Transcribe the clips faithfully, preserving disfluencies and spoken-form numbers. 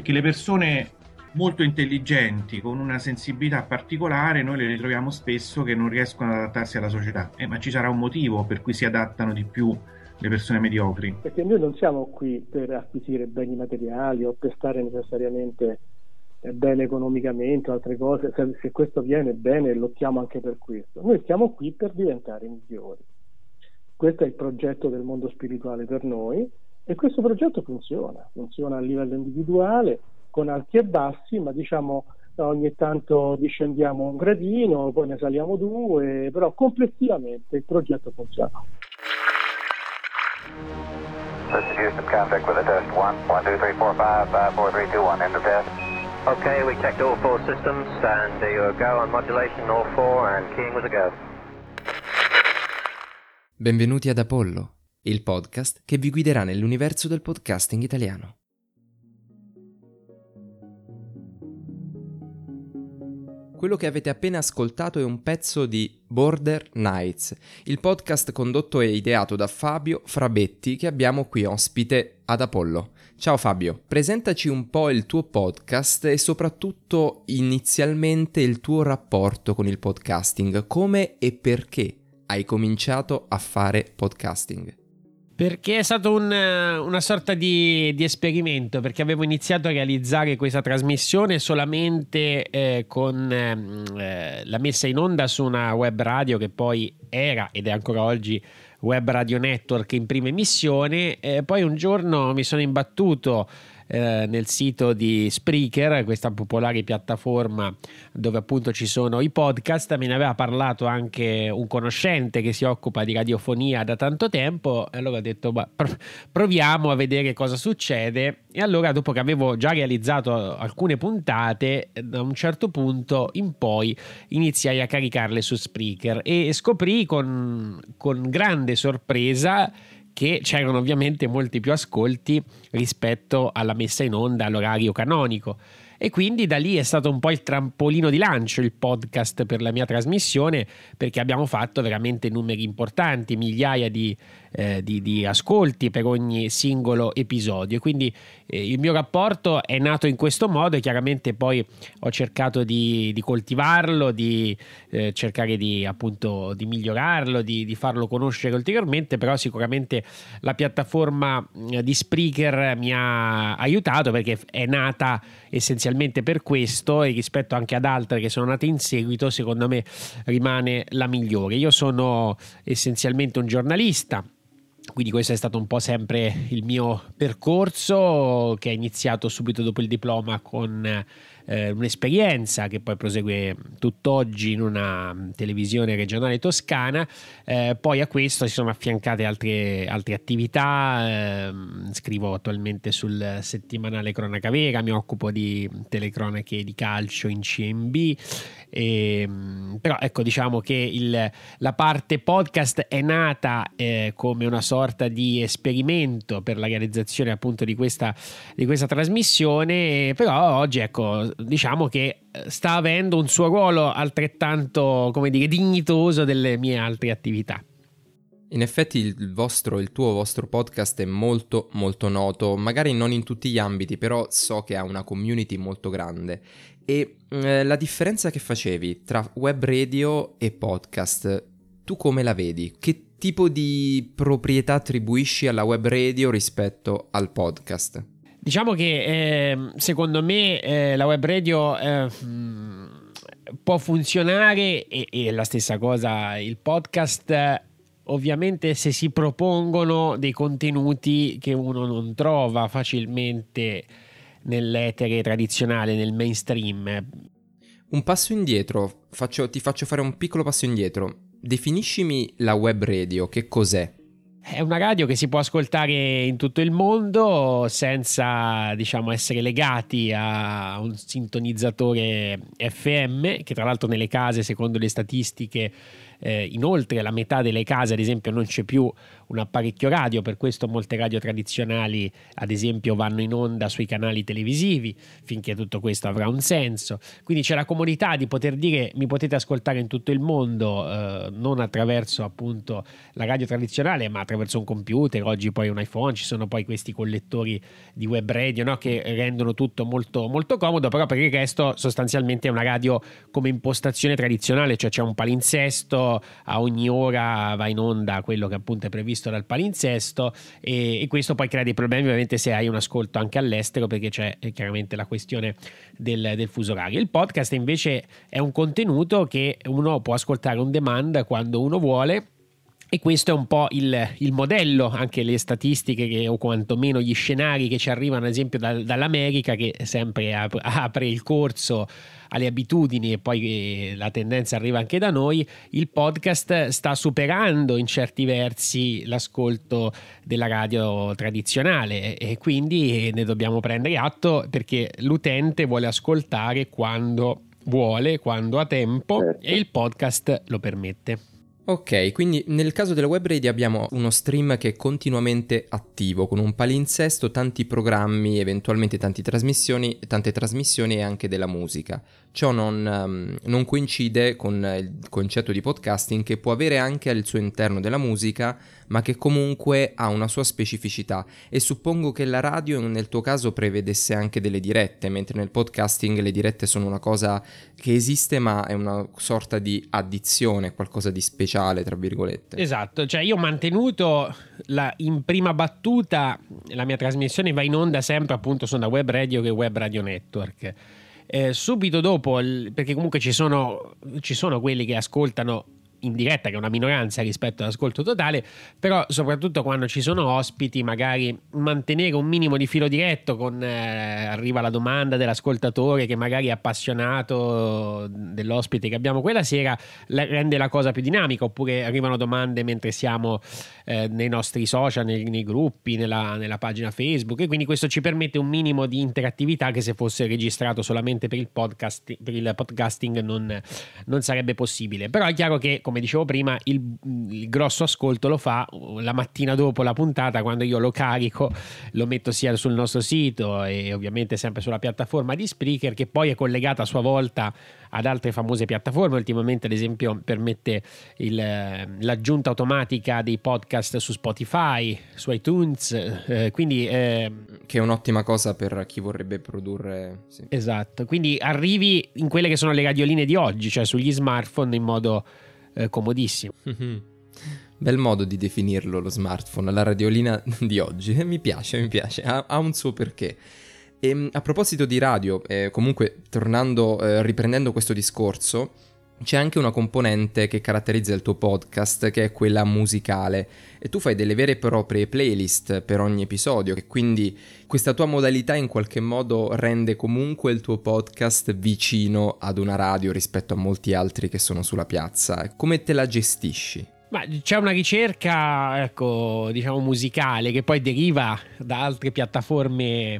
perché le persone molto intelligenti, con una sensibilità particolare, noi le ritroviamo spesso che non riescono ad adattarsi alla società, eh, ma ci sarà un motivo per cui si adattano di più le persone mediocri. Perché noi non siamo qui per acquisire beni materiali o per stare necessariamente bene economicamente o altre cose. Se, se questo viene bene, lottiamo anche per questo. Noi siamo qui per diventare migliori. Questo è il progetto del mondo spirituale per noi, e questo progetto funziona, funziona a livello individuale, con alti e bassi, ma diciamo ogni tanto discendiamo un gradino, poi ne saliamo due, però complessivamente il progetto funziona. This is Houston, contact with a test. one, one, two, three, four, five, five, four, three, two, one, end of test. Okay, we checked all four systems, and there you go on modulation, all four, and keying was a go. Benvenuti ad Apollo, il podcast che vi guiderà nell'universo del podcasting italiano. Quello che avete appena ascoltato è un pezzo di Border Nights, il podcast condotto e ideato da Fabio Frabetti che abbiamo qui ospite ad Apollo. Ciao Fabio, presentaci un po' il tuo podcast e soprattutto inizialmente il tuo rapporto con il podcasting, come e perché hai cominciato a fare podcasting. Perché è stato un, una sorta di, di esperimento, perché avevo iniziato a realizzare questa trasmissione solamente eh, con eh, la messa in onda su una web radio che poi era ed è ancora oggi Web Radio Network in prima emissione. Eh, poi un giorno mi sono imbattuto eh, nel sito di Spreaker, questa popolare piattaforma dove appunto ci sono i podcast. Me ne aveva parlato anche un conoscente che si occupa di radiofonia da tanto tempo, e allora ho detto bah, proviamo a vedere cosa succede. E allora, dopo che avevo già realizzato alcune puntate, da un certo punto in poi iniziai a caricarle su Spreaker e scoprì con, con grande sorpresa che c'erano ovviamente molti più ascolti rispetto alla messa in onda all'orario canonico. E quindi da lì è stato un po' il trampolino di lancio il podcast per la mia trasmissione, perché abbiamo fatto veramente numeri importanti, migliaia di, eh, di, di ascolti per ogni singolo episodio. Quindi eh, il mio rapporto è nato in questo modo, e chiaramente poi ho cercato di, di coltivarlo, di eh, cercare di appunto di migliorarlo, di, di farlo conoscere ulteriormente. Però sicuramente la piattaforma di Spreaker mi ha aiutato, perché è nata essenzialmente per questo, e rispetto anche ad altre che sono nate in seguito, secondo me rimane la migliore. Io sono essenzialmente un giornalista, quindi questo è stato un po' sempre il mio percorso, che è iniziato subito dopo il diploma con eh, un'esperienza che poi prosegue tutt'oggi in una televisione regionale toscana. Eh, poi a questo si sono affiancate altre, altre attività. Eh, scrivo attualmente sul settimanale Cronaca Vera, mi occupo di telecronache di calcio in C M B. E, però ecco, diciamo che il, la parte podcast è nata eh, come una sorta di esperimento per la realizzazione appunto di questa, di questa trasmissione. Però oggi ecco, diciamo che sta avendo un suo ruolo altrettanto, come dire, dignitoso delle mie altre attività. In effetti il vostro, il tuo vostro podcast è molto molto noto, magari non in tutti gli ambiti, però so che ha una community molto grande. E eh, la differenza che facevi tra web radio e podcast, tu come la vedi? Che tipo di proprietà attribuisci alla web radio rispetto al podcast? Diciamo che eh, secondo me eh, la web radio eh, può funzionare, e, e la stessa cosa il podcast, eh, ovviamente se si propongono dei contenuti che uno non trova facilmente nell'etere tradizionale, nel mainstream. Un passo indietro, faccio, ti faccio fare un piccolo passo indietro. Definiscimi la web radio, che cos'è? È una radio che si può ascoltare in tutto il mondo senza, diciamo, essere legati a un sintonizzatore F M, che tra l'altro nelle case, secondo le statistiche, eh, inoltre la metà delle case ad esempio non c'è più un apparecchio radio, per questo molte radio tradizionali ad esempio vanno in onda sui canali televisivi finché tutto questo avrà un senso. Quindi c'è la comodità di poter dire mi potete ascoltare in tutto il mondo, eh, non attraverso appunto la radio tradizionale ma attraverso un computer, oggi poi un iPhone, ci sono poi questi collettori di web radio, no? Che rendono tutto molto, molto comodo, però per il resto sostanzialmente è una radio come impostazione tradizionale, cioè c'è un palinsesto, a ogni ora va in onda quello che appunto è previsto dal palinsesto e, e questo poi crea dei problemi ovviamente se hai un ascolto anche all'estero, perché c'è chiaramente la questione del, del fuso orario. Il podcast invece è un contenuto che uno può ascoltare on demand quando uno vuole. E questo è un po' il, il modello, anche le statistiche che, o quantomeno gli scenari che ci arrivano ad esempio dal, dall'America, che sempre ap- apre il corso alle abitudini e poi la tendenza arriva anche da noi. Il podcast sta superando in certi versi l'ascolto della radio tradizionale e quindi ne dobbiamo prendere atto, perché l'utente vuole ascoltare quando vuole, quando ha tempo, certo. E il podcast lo permette. Ok, quindi nel caso della web radio abbiamo uno stream che è continuamente attivo, con un palinsesto, tanti programmi, eventualmente tanti trasmissioni, tante trasmissioni e anche della musica. Ciò non, um, non coincide con il concetto di podcasting, che può avere anche al suo interno della musica, ma che comunque ha una sua specificità, e suppongo che la radio nel tuo caso prevedesse anche delle dirette, mentre nel podcasting le dirette sono una cosa che esiste ma è una sorta di addizione, qualcosa di speciale tra virgolette. Esatto, cioè io ho mantenuto la, in prima battuta la mia trasmissione va in onda sempre appunto su una web radio che Web Radio Network. Eh, subito dopo, perché comunque ci sono, ci sono quelli che ascoltano in diretta, che è una minoranza rispetto all'ascolto totale, però soprattutto quando ci sono ospiti magari mantenere un minimo di filo diretto con eh, arriva la domanda dell'ascoltatore che magari è appassionato dell'ospite che abbiamo quella sera, la, rende la cosa più dinamica, oppure arrivano domande mentre siamo eh, nei nostri social, nei, nei gruppi, nella, nella pagina Facebook, e quindi questo ci permette un minimo di interattività che se fosse registrato solamente per il podcast, per il podcasting non, non sarebbe possibile. Però è chiaro che, come dicevo prima, il, il grosso ascolto lo fa la mattina dopo la puntata, quando io lo carico, lo metto sia sul nostro sito e ovviamente sempre sulla piattaforma di Spreaker, che poi è collegata a sua volta ad altre famose piattaforme. Ultimamente ad esempio permette il, l'aggiunta automatica dei podcast su Spotify, su iTunes, eh, quindi eh, che è un'ottima cosa per chi vorrebbe produrre, sì. Esatto, quindi arrivi in quelle che sono le radioline di oggi, cioè sugli smartphone, in modo eh, comodissimo. Mm-hmm. Bel modo di definirlo, lo smartphone, la radiolina di oggi. Mi piace, mi piace, ha, ha un suo perché. E a proposito di radio, eh, comunque tornando, eh, riprendendo questo discorso, c'è anche una componente che caratterizza il tuo podcast, che è quella musicale, e tu fai delle vere e proprie playlist per ogni episodio, e quindi questa tua modalità in qualche modo rende comunque il tuo podcast vicino ad una radio rispetto a molti altri che sono sulla piazza. Come te la gestisci? Ma c'è una ricerca, ecco, diciamo musicale, che poi deriva da altre piattaforme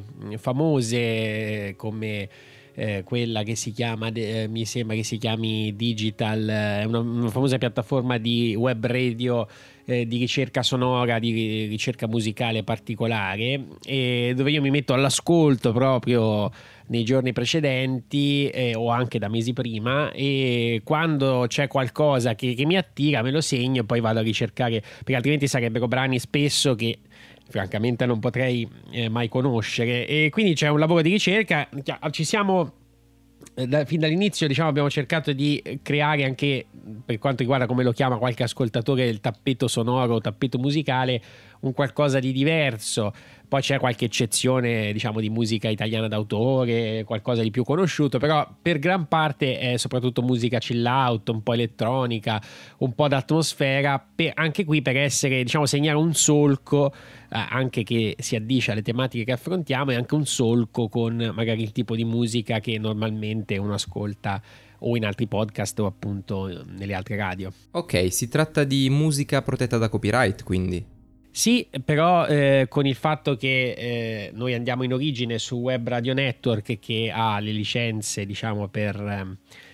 famose come eh, quella che si chiama, eh, mi sembra che si chiami Digital, è una, una famosa piattaforma di web radio eh, di ricerca sonora, di ricerca musicale particolare, e dove io mi metto all'ascolto proprio nei giorni precedenti eh, o anche da mesi prima, e quando c'è qualcosa che, che mi attira me lo segno e poi vado a ricercare, perché altrimenti sarebbero brani spesso che francamente non potrei eh, mai conoscere, e quindi c'è un lavoro di ricerca. Ci siamo eh, da, fin dall'inizio, diciamo, abbiamo cercato di creare anche, per quanto riguarda, come lo chiama qualche ascoltatore, il tappeto sonoro, tappeto musicale, un qualcosa di diverso. Poi c'è qualche eccezione, diciamo, di musica italiana d'autore, qualcosa di più conosciuto, però per gran parte è soprattutto musica chill out, un po' elettronica, un po' d'atmosfera, per, anche qui per essere, diciamo, segnare un solco eh, anche che si addice alle tematiche che affrontiamo, e anche un solco con magari il tipo di musica che normalmente uno ascolta o in altri podcast o appunto nelle altre radio. Ok, si tratta di musica protetta da copyright, quindi? Sì, però eh, con il fatto che eh, noi andiamo in origine su Web Radio Network, che ha le licenze, diciamo, per, eh,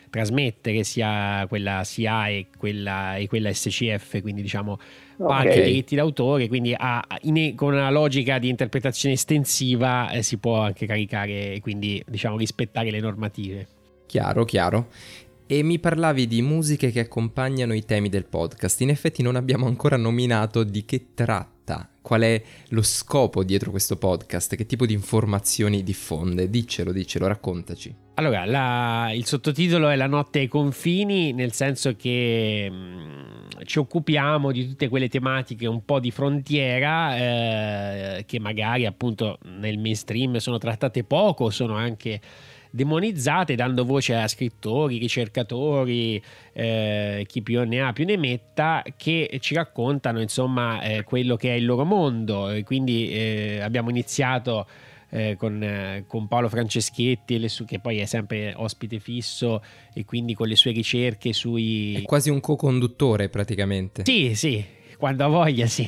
trasmettere, sia quella C A e quella, e quella S C F, quindi diciamo Okay. paghi i diritti d'autore, quindi ha, in, con una logica di interpretazione estensiva eh, si può anche caricare e quindi diciamo rispettare le normative. Chiaro, chiaro. E mi parlavi di musiche che accompagnano i temi del podcast. In effetti non abbiamo ancora nominato di che tratta, qual è lo scopo dietro questo podcast, che tipo di informazioni diffonde. Diccelo, diccelo, raccontaci. Allora, la, il sottotitolo è La notte ai confini, nel senso che mh, ci occupiamo di tutte quelle tematiche un po' di frontiera eh, che magari appunto nel mainstream sono trattate poco, sono anche demonizzate, dando voce a scrittori, ricercatori, eh, chi più ne ha più ne metta, che ci raccontano insomma eh, quello che è il loro mondo. E quindi eh, abbiamo iniziato eh, con, eh, con Paolo Franceschetti, le su- che poi è sempre ospite fisso, e quindi con le sue ricerche sui... È quasi un co-conduttore praticamente. Sì, sì, quando ha voglia, sì.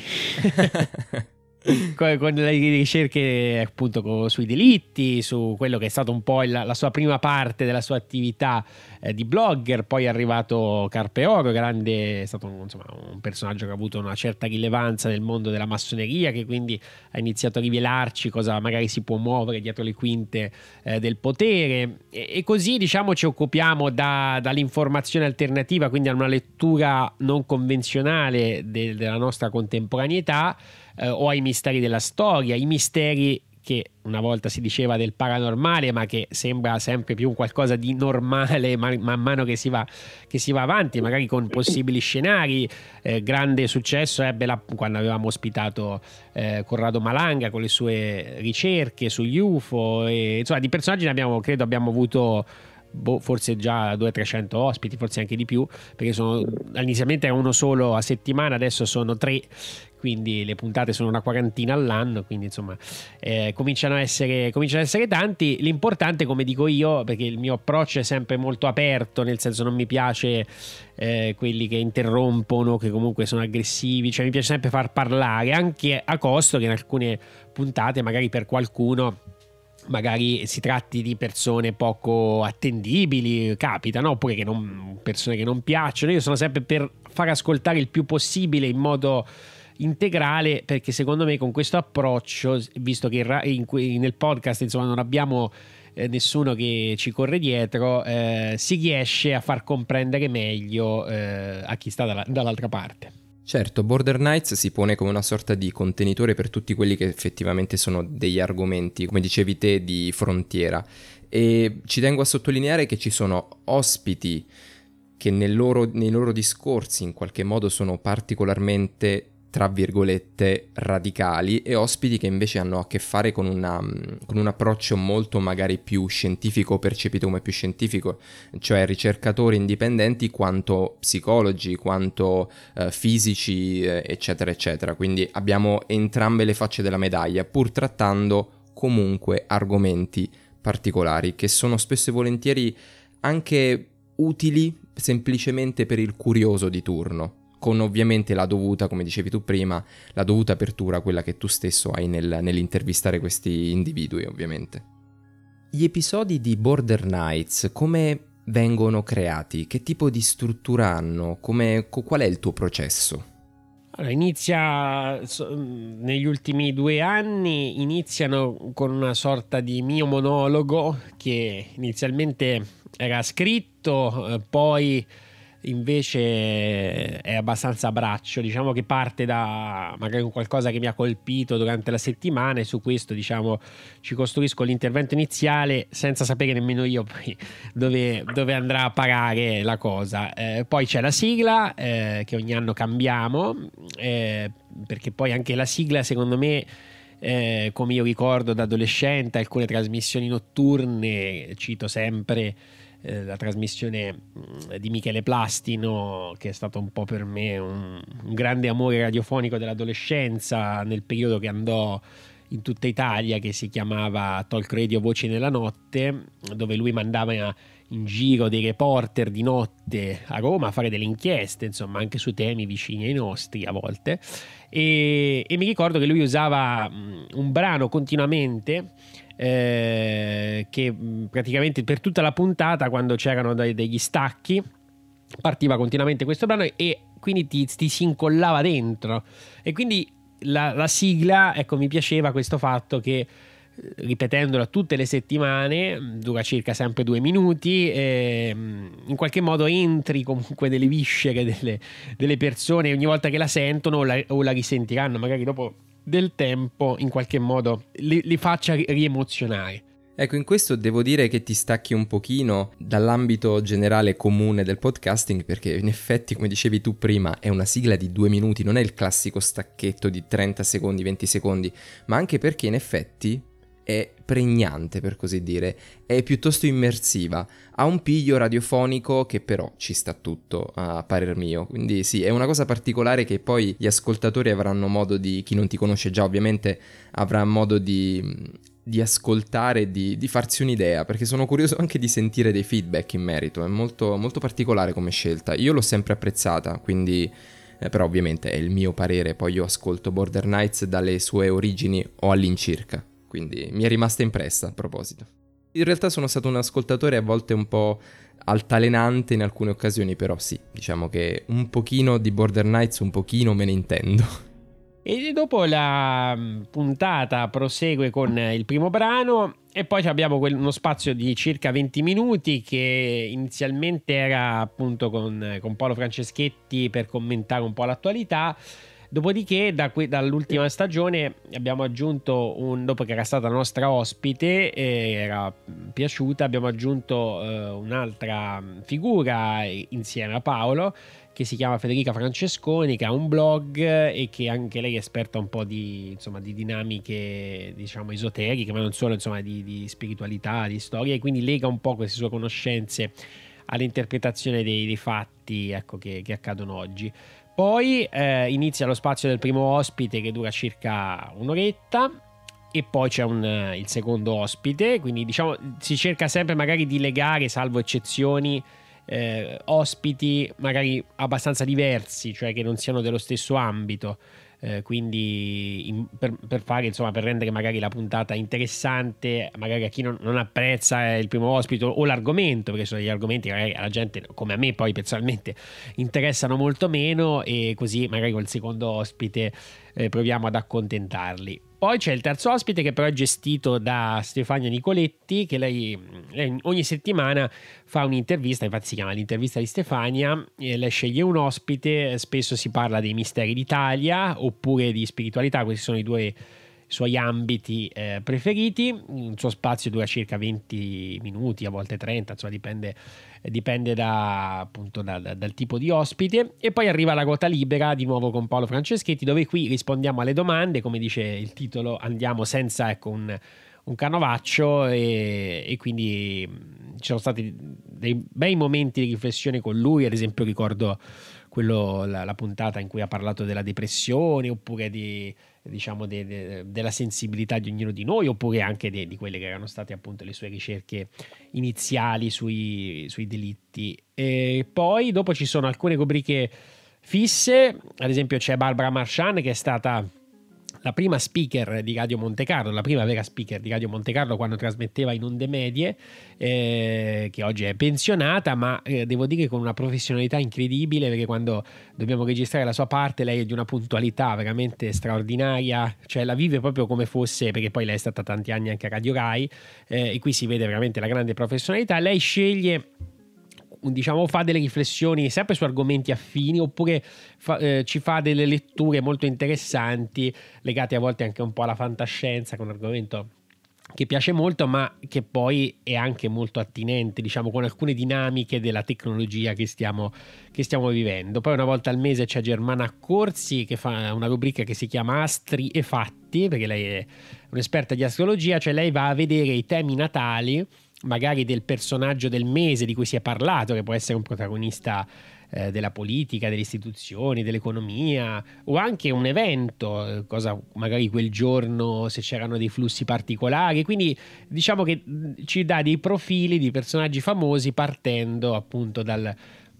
con, con le ricerche appunto co- sui delitti, su quello che è stato un po' il, la sua prima parte della sua attività eh, di blogger. Poi è arrivato Carpe Oro, grande, è stato un, insomma, un personaggio che ha avuto una certa rilevanza nel mondo della massoneria, che quindi ha iniziato a rivelarci cosa magari si può muovere dietro le quinte eh, del potere, e, e così diciamo ci occupiamo da, dall'informazione alternativa, quindi a una lettura non convenzionale de, della nostra contemporaneità, eh, o ai misteri della storia, i misteri che una volta si diceva del paranormale, ma che sembra sempre più qualcosa di normale man, man mano che si va, che si va avanti, magari con possibili scenari. Eh, grande successo ebbe la, quando avevamo ospitato eh, Corrado Malanga con le sue ricerche sugli U F O, e, insomma di personaggi ne abbiamo, credo abbiamo avuto boh, forse già duecento trecento ospiti, forse anche di più, perché sono, inizialmente era uno solo a settimana, adesso sono tre, quindi le puntate sono una quarantina all'anno, quindi insomma eh, cominciano, a essere, cominciano ad essere tanti. L'importante, come dico io, perché il mio approccio è sempre molto aperto, nel senso non mi piace eh, quelli che interrompono, che comunque sono aggressivi, cioè mi piace sempre far parlare, anche a costo che in alcune puntate magari per qualcuno magari si tratti di persone poco attendibili, capita, no? Oppure che non, persone che non piacciono. Io sono sempre per far ascoltare il più possibile in modo integrale, perché secondo me con questo approccio, visto che in, in, nel podcast insomma non abbiamo eh, nessuno che ci corre dietro, eh, si riesce a far comprendere meglio eh, a chi sta dalla, dall'altra parte. Certo, Border Knights si pone come una sorta di contenitore per tutti quelli che effettivamente sono degli argomenti, come dicevi te, di frontiera, e ci tengo a sottolineare che ci sono ospiti che nel loro, nei loro discorsi in qualche modo sono particolarmente, tra virgolette, radicali, e ospiti che invece hanno a che fare con, una, con un approccio molto magari più scientifico, percepito come più scientifico, cioè ricercatori indipendenti quanto psicologi, quanto eh, fisici, eh, eccetera eccetera. Quindi abbiamo entrambe le facce della medaglia, pur trattando comunque argomenti particolari che sono spesso e volentieri anche utili semplicemente per il curioso di turno, con ovviamente la dovuta, come dicevi tu prima, la dovuta apertura, quella che tu stesso hai nel, nell'intervistare questi individui, ovviamente. Gli episodi di Border Knights, come vengono creati? Che tipo di struttura hanno? Come, qual è il tuo processo? Allora, inizia so, negli ultimi due anni, iniziano con una sorta di mio monologo che inizialmente era scritto, eh, poi invece è abbastanza a braccio, diciamo che parte da magari un qualcosa che mi ha colpito durante la settimana, e su questo diciamo ci costruisco l'intervento iniziale senza sapere nemmeno io poi dove, dove andrà a parare la cosa. Eh, poi c'è la sigla eh, che ogni anno cambiamo, eh, perché poi anche la sigla secondo me, eh, come io ricordo da adolescente alcune trasmissioni notturne, cito sempre la trasmissione di Michele Plastino, che è stato un po' per me un, un grande amore radiofonico dell'adolescenza, nel periodo che andò in tutta Italia, che si chiamava Talk Radio Voci nella Notte, dove lui mandava in giro dei reporter di notte a Roma a fare delle inchieste, insomma anche su temi vicini ai nostri a volte, e, e mi ricordo che lui usava un brano continuamente Eh, che mh, praticamente per tutta la puntata, quando c'erano dei, degli stacchi, partiva continuamente questo brano e quindi ti, ti si incollava dentro, e quindi la, la sigla, ecco, mi piaceva questo fatto che, ripetendola tutte le settimane, dura circa sempre due minuti, e in qualche modo entri comunque nelle viscere delle, delle persone ogni volta che la sentono o la, o la risentiranno magari dopo del tempo, in qualche modo li, li faccia riemozionare. Ecco, in questo devo dire che ti stacchi un pochino dall'ambito generale comune del podcasting, perché in effetti, come dicevi tu prima, è una sigla di due minuti, non è il classico stacchetto di trenta secondi, venti secondi, ma anche perché in effetti è pregnante, per così dire, è piuttosto immersiva, ha un piglio radiofonico che però ci sta tutto, a parer mio. Quindi sì, è una cosa particolare che poi gli ascoltatori avranno modo di, chi non ti conosce già ovviamente avrà modo di, di ascoltare, di, di farsi un'idea, perché sono curioso anche di sentire dei feedback in merito. È molto, molto particolare come scelta, io l'ho sempre apprezzata, quindi eh, però ovviamente è il mio parere. Poi io ascolto Border Knights dalle sue origini o all'incirca, quindi mi è rimasta impressa a proposito. In realtà sono stato un ascoltatore a volte un po' altalenante in alcune occasioni, però sì, diciamo che un pochino di Border Knights, un pochino me ne intendo. E dopo la puntata prosegue con il primo brano e poi abbiamo uno spazio di circa venti minuti che inizialmente era appunto con, con Paolo Franceschetti per commentare un po' l'attualità. Dopodiché da qui, dall'ultima stagione abbiamo aggiunto un, dopo che era stata la nostra ospite e era piaciuta, abbiamo aggiunto eh, un'altra figura insieme a Paolo, che si chiama Federica Francesconi, che ha un blog e che anche lei è esperta un po' di, insomma, di dinamiche, diciamo, esoteriche, ma non solo, insomma, di, di spiritualità, di storia, e quindi lega un po' queste sue conoscenze all'interpretazione dei, dei fatti, ecco, che, che accadono oggi. Poi eh, inizia lo spazio del primo ospite che dura circa un'oretta e poi c'è un, il secondo ospite, quindi diciamo si cerca sempre magari di legare, salvo eccezioni, eh, ospiti magari abbastanza diversi, cioè che non siano dello stesso ambito, eh, quindi in, per, per fare, insomma, per rendere magari la puntata interessante magari a chi non, non apprezza il primo ospite o l'argomento, perché sono degli argomenti che magari alla gente, come a me poi personalmente, interessano molto meno, e così magari col secondo ospite eh, proviamo ad accontentarli. Poi c'è il terzo ospite che però è gestito da Stefania Nicoletti, che lei, lei ogni settimana fa un'intervista, infatti si chiama l'intervista di Stefania, e lei sceglie un ospite, spesso si parla dei misteri d'Italia oppure di spiritualità, questi sono i due suoi ambiti eh, preferiti. Il suo spazio dura circa venti minuti, a volte trenta, insomma dipende, dipende da, appunto da, da, dal tipo di ospite. E poi arriva la ruota libera di nuovo con Paolo Franceschetti, dove qui rispondiamo alle domande, come dice il titolo, andiamo senza, ecco, un, un canovaccio, e, e quindi ci sono stati dei bei momenti di riflessione con lui. Ad esempio ricordo quello, la, la puntata in cui ha parlato della depressione, oppure di, diciamo de, de, della sensibilità di ognuno di noi, oppure anche de, di quelle che erano state appunto le sue ricerche iniziali sui, sui delitti. E poi dopo ci sono alcune rubriche fisse, ad esempio c'è Barbara Marchand, che è stata la prima speaker di Radio Monte Carlo, la prima vera speaker di Radio Monte Carlo quando trasmetteva in onde medie, eh, che oggi è pensionata, ma eh, devo dire con una professionalità incredibile, perché quando dobbiamo registrare la sua parte lei è di una puntualità veramente straordinaria, cioè la vive proprio come fosse, perché poi lei è stata tanti anni anche a Radio Rai, eh, e qui si vede veramente la grande professionalità. Lei sceglie, diciamo, fa delle riflessioni sempre su argomenti affini, oppure fa, eh, ci fa delle letture molto interessanti legate a volte anche un po' alla fantascienza, con un argomento che piace molto, ma che poi è anche molto attinente, diciamo, con alcune dinamiche della tecnologia che stiamo, che stiamo vivendo. Poi una volta al mese c'è Germana Accorsi, che fa una rubrica che si chiama Astri e Fatti, perché lei è un'esperta di astrologia, cioè lei va a vedere i temi natali magari del personaggio del mese di cui si è parlato, che può essere un protagonista eh, della politica, delle istituzioni, dell'economia, o anche un evento, cosa magari quel giorno, se c'erano dei flussi particolari. Quindi diciamo che ci dà dei profili di personaggi famosi partendo appunto dal,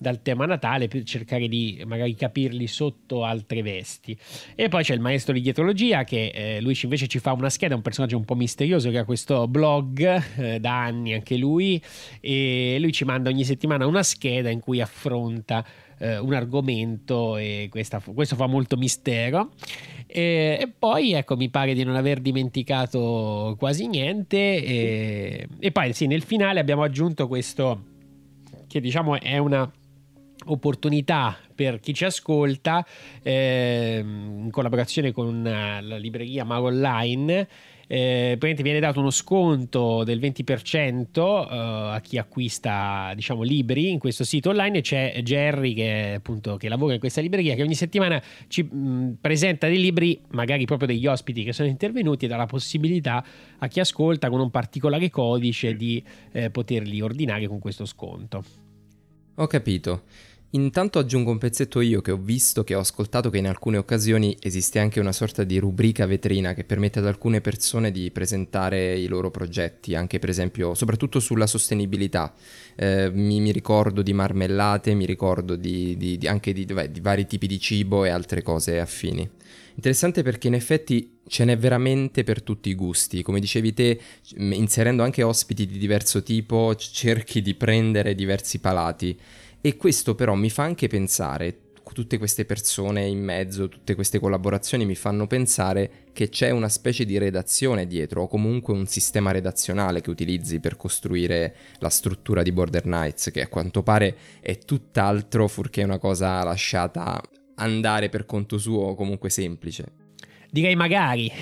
dal tema natale, per cercare di magari capirli sotto altre vesti. E poi c'è il maestro di dietrologia che eh, lui invece ci fa una scheda, un personaggio un po' misterioso che ha questo blog eh, da anni anche lui, e lui ci manda ogni settimana una scheda in cui affronta eh, un argomento, e questa, questo fa molto mistero. E, e poi ecco, mi pare di non aver dimenticato quasi niente, e, e poi sì, nel finale abbiamo aggiunto questo che diciamo è una opportunità per chi ci ascolta, eh, in collaborazione con la libreria Mago Online. Eh, viene dato uno sconto del venti per cento eh, a chi acquista, diciamo, libri in questo sito online, e c'è Jerry che appunto che lavora in questa libreria, che ogni settimana ci mh, presenta dei libri, magari proprio degli ospiti che sono intervenuti, e dà la possibilità a chi ascolta con un particolare codice di eh, poterli ordinare con questo sconto. Ho capito. Intanto aggiungo un pezzetto io, che ho visto, che ho ascoltato, che in alcune occasioni esiste anche una sorta di rubrica vetrina che permette ad alcune persone di presentare i loro progetti, anche per esempio, soprattutto sulla sostenibilità. Eh, mi, mi ricordo di marmellate, mi ricordo di, di, di anche di, beh, di vari tipi di cibo e altre cose affini. Interessante perché in effetti ce n'è veramente per tutti i gusti. Come dicevi te, inserendo anche ospiti di diverso tipo, cerchi di prendere diversi palati. E questo però mi fa anche pensare, tutte queste persone in mezzo, tutte queste collaborazioni mi fanno pensare che c'è una specie di redazione dietro, o comunque un sistema redazionale che utilizzi per costruire la struttura di Border Knights, che a quanto pare è tutt'altro fuorché una cosa lasciata andare per conto suo, o comunque semplice. Direi magari.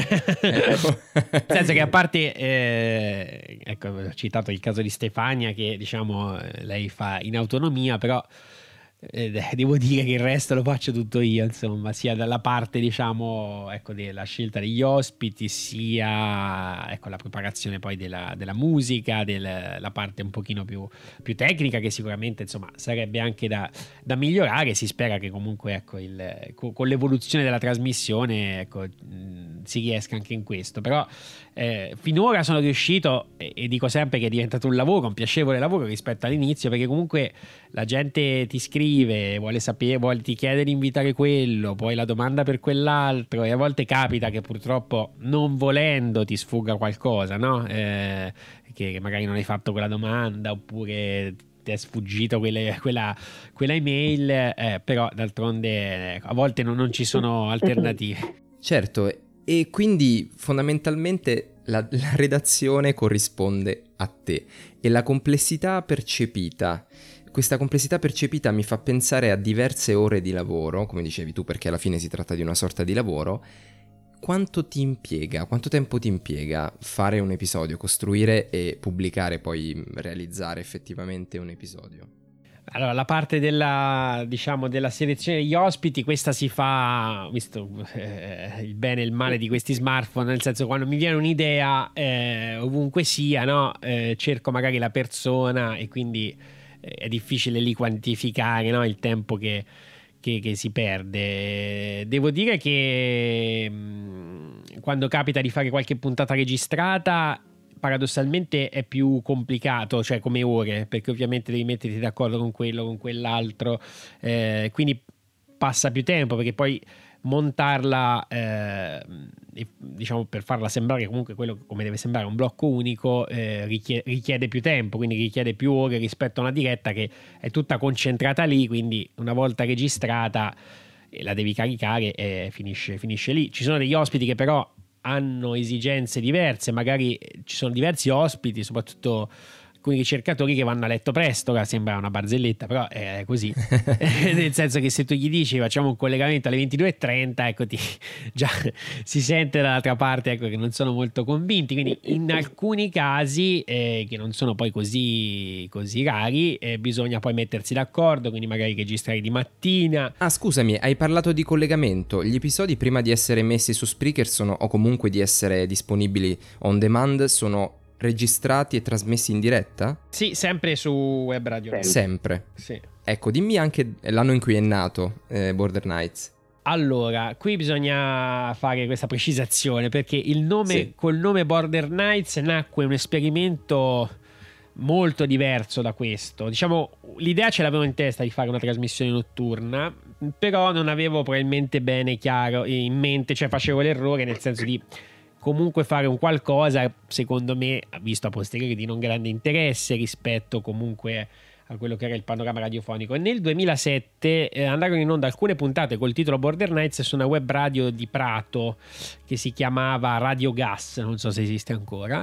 Nel senso che, a parte eh, ecco, ho citato il caso di Stefania, che diciamo lei fa in autonomia, però eh, devo dire che il resto lo faccio tutto io, insomma, sia dalla parte, diciamo, ecco, della scelta degli ospiti, sia ecco la preparazione poi della, della musica, della parte un pochino più, più tecnica, che sicuramente insomma sarebbe anche da, da migliorare. Si spera che comunque ecco il, con, con l'evoluzione della trasmissione ecco mh, si riesca anche in questo. Però eh, finora sono riuscito, e, e dico sempre che è diventato un lavoro, un piacevole lavoro rispetto all'inizio, perché comunque la gente ti scrive, vuole sapere, vuole, ti chiede di invitare quello, poi la domanda per quell'altro, e a volte capita che purtroppo non volendo ti sfugga qualcosa, no? Eh, che magari non hai fatto quella domanda, oppure ti è sfuggito quelle, quella, quella email, eh, però d'altronde eh, a volte non, non ci sono alternative. Certo, e quindi fondamentalmente la, la redazione corrisponde a te, e la complessità percepita, questa complessità percepita mi fa pensare a diverse ore di lavoro, come dicevi tu, perché alla fine si tratta di una sorta di lavoro. Quanto ti impiega, quanto tempo ti impiega fare un episodio, costruire e pubblicare, poi realizzare effettivamente un episodio? Allora, la parte della, diciamo, della selezione degli ospiti, questa si fa, visto eh, il bene e il male di questi smartphone, nel senso, quando mi viene un'idea, eh, ovunque sia, no? Eh, cerco magari la persona, e quindi eh, è difficile lì quantificare, no? Il tempo che, che, che si perde. Devo dire che mh, quando capita di fare qualche puntata registrata, paradossalmente è più complicato, cioè come ore, perché ovviamente devi metterti d'accordo con quello, con quell'altro, eh, quindi passa più tempo, perché poi montarla, eh, diciamo, per farla sembrare comunque quello come deve sembrare, un blocco unico, eh, richiede, richiede più tempo, quindi richiede più ore rispetto a una diretta che è tutta concentrata lì, quindi una volta registrata eh, la devi caricare e finisce, finisce lì. Ci sono degli ospiti che però hanno esigenze diverse, magari ci sono diversi ospiti, soprattutto alcuni ricercatori che vanno a letto presto, che sembra una barzelletta, però è così. Nel senso che se tu gli dici facciamo un collegamento alle ventidue e trenta, ecco, ti, già si sente dall'altra parte, ecco, che non sono molto convinti. Quindi in alcuni casi, eh, che non sono poi così, così rari, eh, bisogna poi mettersi d'accordo, quindi magari registrare di mattina. Ah, scusami, hai parlato di collegamento. Gli episodi, prima di essere messi su Spreaker sono, o comunque di essere disponibili on demand, sono registrati e trasmessi in diretta? Sì, sempre su Web Radio. Sempre. sempre. Sì. Ecco, dimmi anche l'anno in cui è nato eh, Border Knights. Allora, qui bisogna fare questa precisazione, perché il nome, sì. col nome Border Knights nacque un esperimento molto diverso da questo. Diciamo, l'idea ce l'avevo in testa di fare una trasmissione notturna, però non avevo probabilmente bene chiaro in mente, cioè facevo l'errore nel senso di comunque fare un qualcosa, secondo me, visto a posteriori, di non grande interesse rispetto comunque a quello che era il panorama radiofonico. E nel duemilasette eh, andarono in onda alcune puntate col titolo Border Nights su una web radio di Prato che si chiamava Radio Gas, non so se esiste ancora.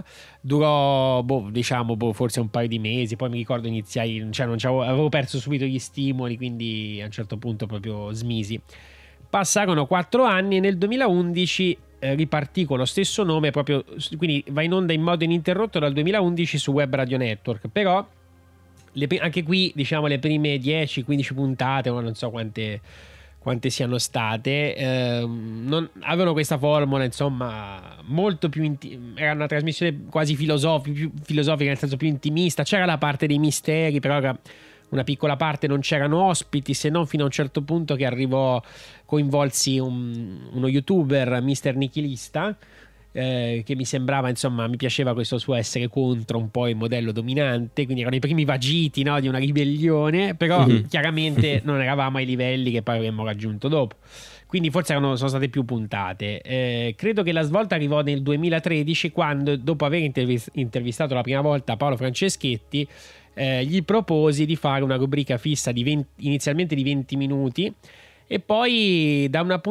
Durò boh, diciamo boh, forse un paio di mesi, poi mi ricordo iniziai, cioè non c'avevo, avevo perso subito gli stimoli, quindi a un certo punto proprio smisi. Passarono quattro anni e nel duemilaundici eh, ripartì con lo stesso nome, proprio, quindi va in onda in modo ininterrotto dal duemilaundici su Web Radio Network. Però le, anche qui, diciamo, le prime dieci quindici puntate, ma non so quante, quante siano state, eh, non, avevano questa formula, insomma, molto più inti- era una trasmissione quasi filosofi- più filosofica, nel senso più intimista. C'era la parte dei misteri, però era una piccola parte, non c'erano ospiti, se non fino a un certo punto che arrivò, coinvolsi un, uno youtuber, mister Nichilista, Eh, che mi sembrava, insomma, mi piaceva questo suo essere contro un po' il modello dominante, quindi erano i primi vagiti, no, di una ribellione, però mm-hmm. chiaramente non eravamo ai livelli che poi avremmo raggiunto dopo, quindi forse erano, sono state più puntate. Eh, credo che la svolta arrivò nel duemilatredici, quando, dopo aver intervist- intervistato la prima volta Paolo Franceschetti, eh, gli proposi di fare una rubrica fissa di venti, inizialmente di venti minuti, e poi da una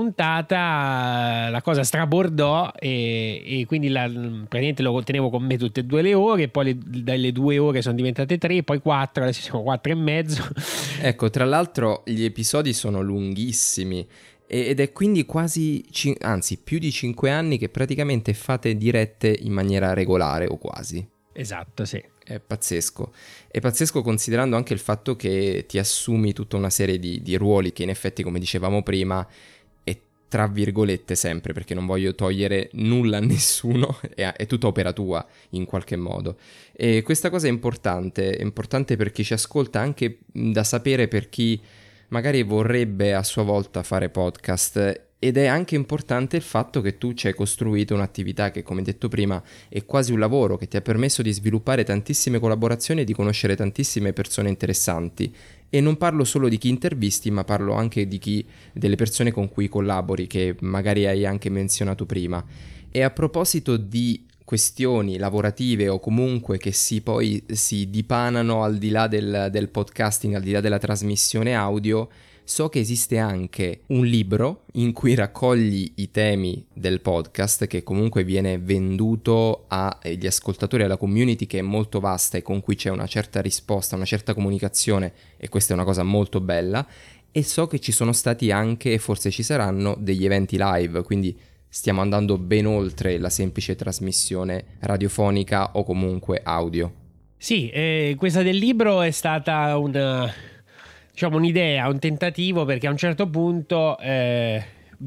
puntata la cosa strabordò e, e quindi la, praticamente lo tenevo con me tutte e due le ore, poi le, dalle due ore sono diventate tre, poi quattro, adesso siamo quattro e mezzo. Ecco, tra l'altro gli episodi sono lunghissimi ed è quindi quasi, anzi più di cinque anni che praticamente fate dirette in maniera regolare o quasi. Esatto, sì. È pazzesco. È pazzesco considerando anche il fatto che ti assumi tutta una serie di, di ruoli che in effetti, come dicevamo prima, è tra virgolette sempre, perché non voglio togliere nulla a nessuno, è, è tutta opera tua in qualche modo. E questa cosa è importante, è importante per chi ci ascolta, anche da sapere per chi magari vorrebbe a sua volta fare podcast. Ed è anche importante il fatto che tu ci hai costruito un'attività che, come detto prima, è quasi un lavoro che ti ha permesso di sviluppare tantissime collaborazioni e di conoscere tantissime persone interessanti. E non parlo solo di chi intervisti, ma parlo anche di chi, delle persone con cui collabori, che magari hai anche menzionato prima. E a proposito di questioni lavorative o comunque che si poi si dipanano al di là del, del podcasting, al di là della trasmissione audio, so che esiste anche un libro in cui raccogli i temi del podcast, che comunque viene venduto agli ascoltatori e alla community, che è molto vasta e con cui c'è una certa risposta, una certa comunicazione, e questa è una cosa molto bella. E so che ci sono stati anche, e forse ci saranno, degli eventi live, quindi stiamo andando ben oltre la semplice trasmissione radiofonica o comunque audio. Sì, eh, questa del libro è stata una... diciamo un'idea, un tentativo, perché a un certo punto eh,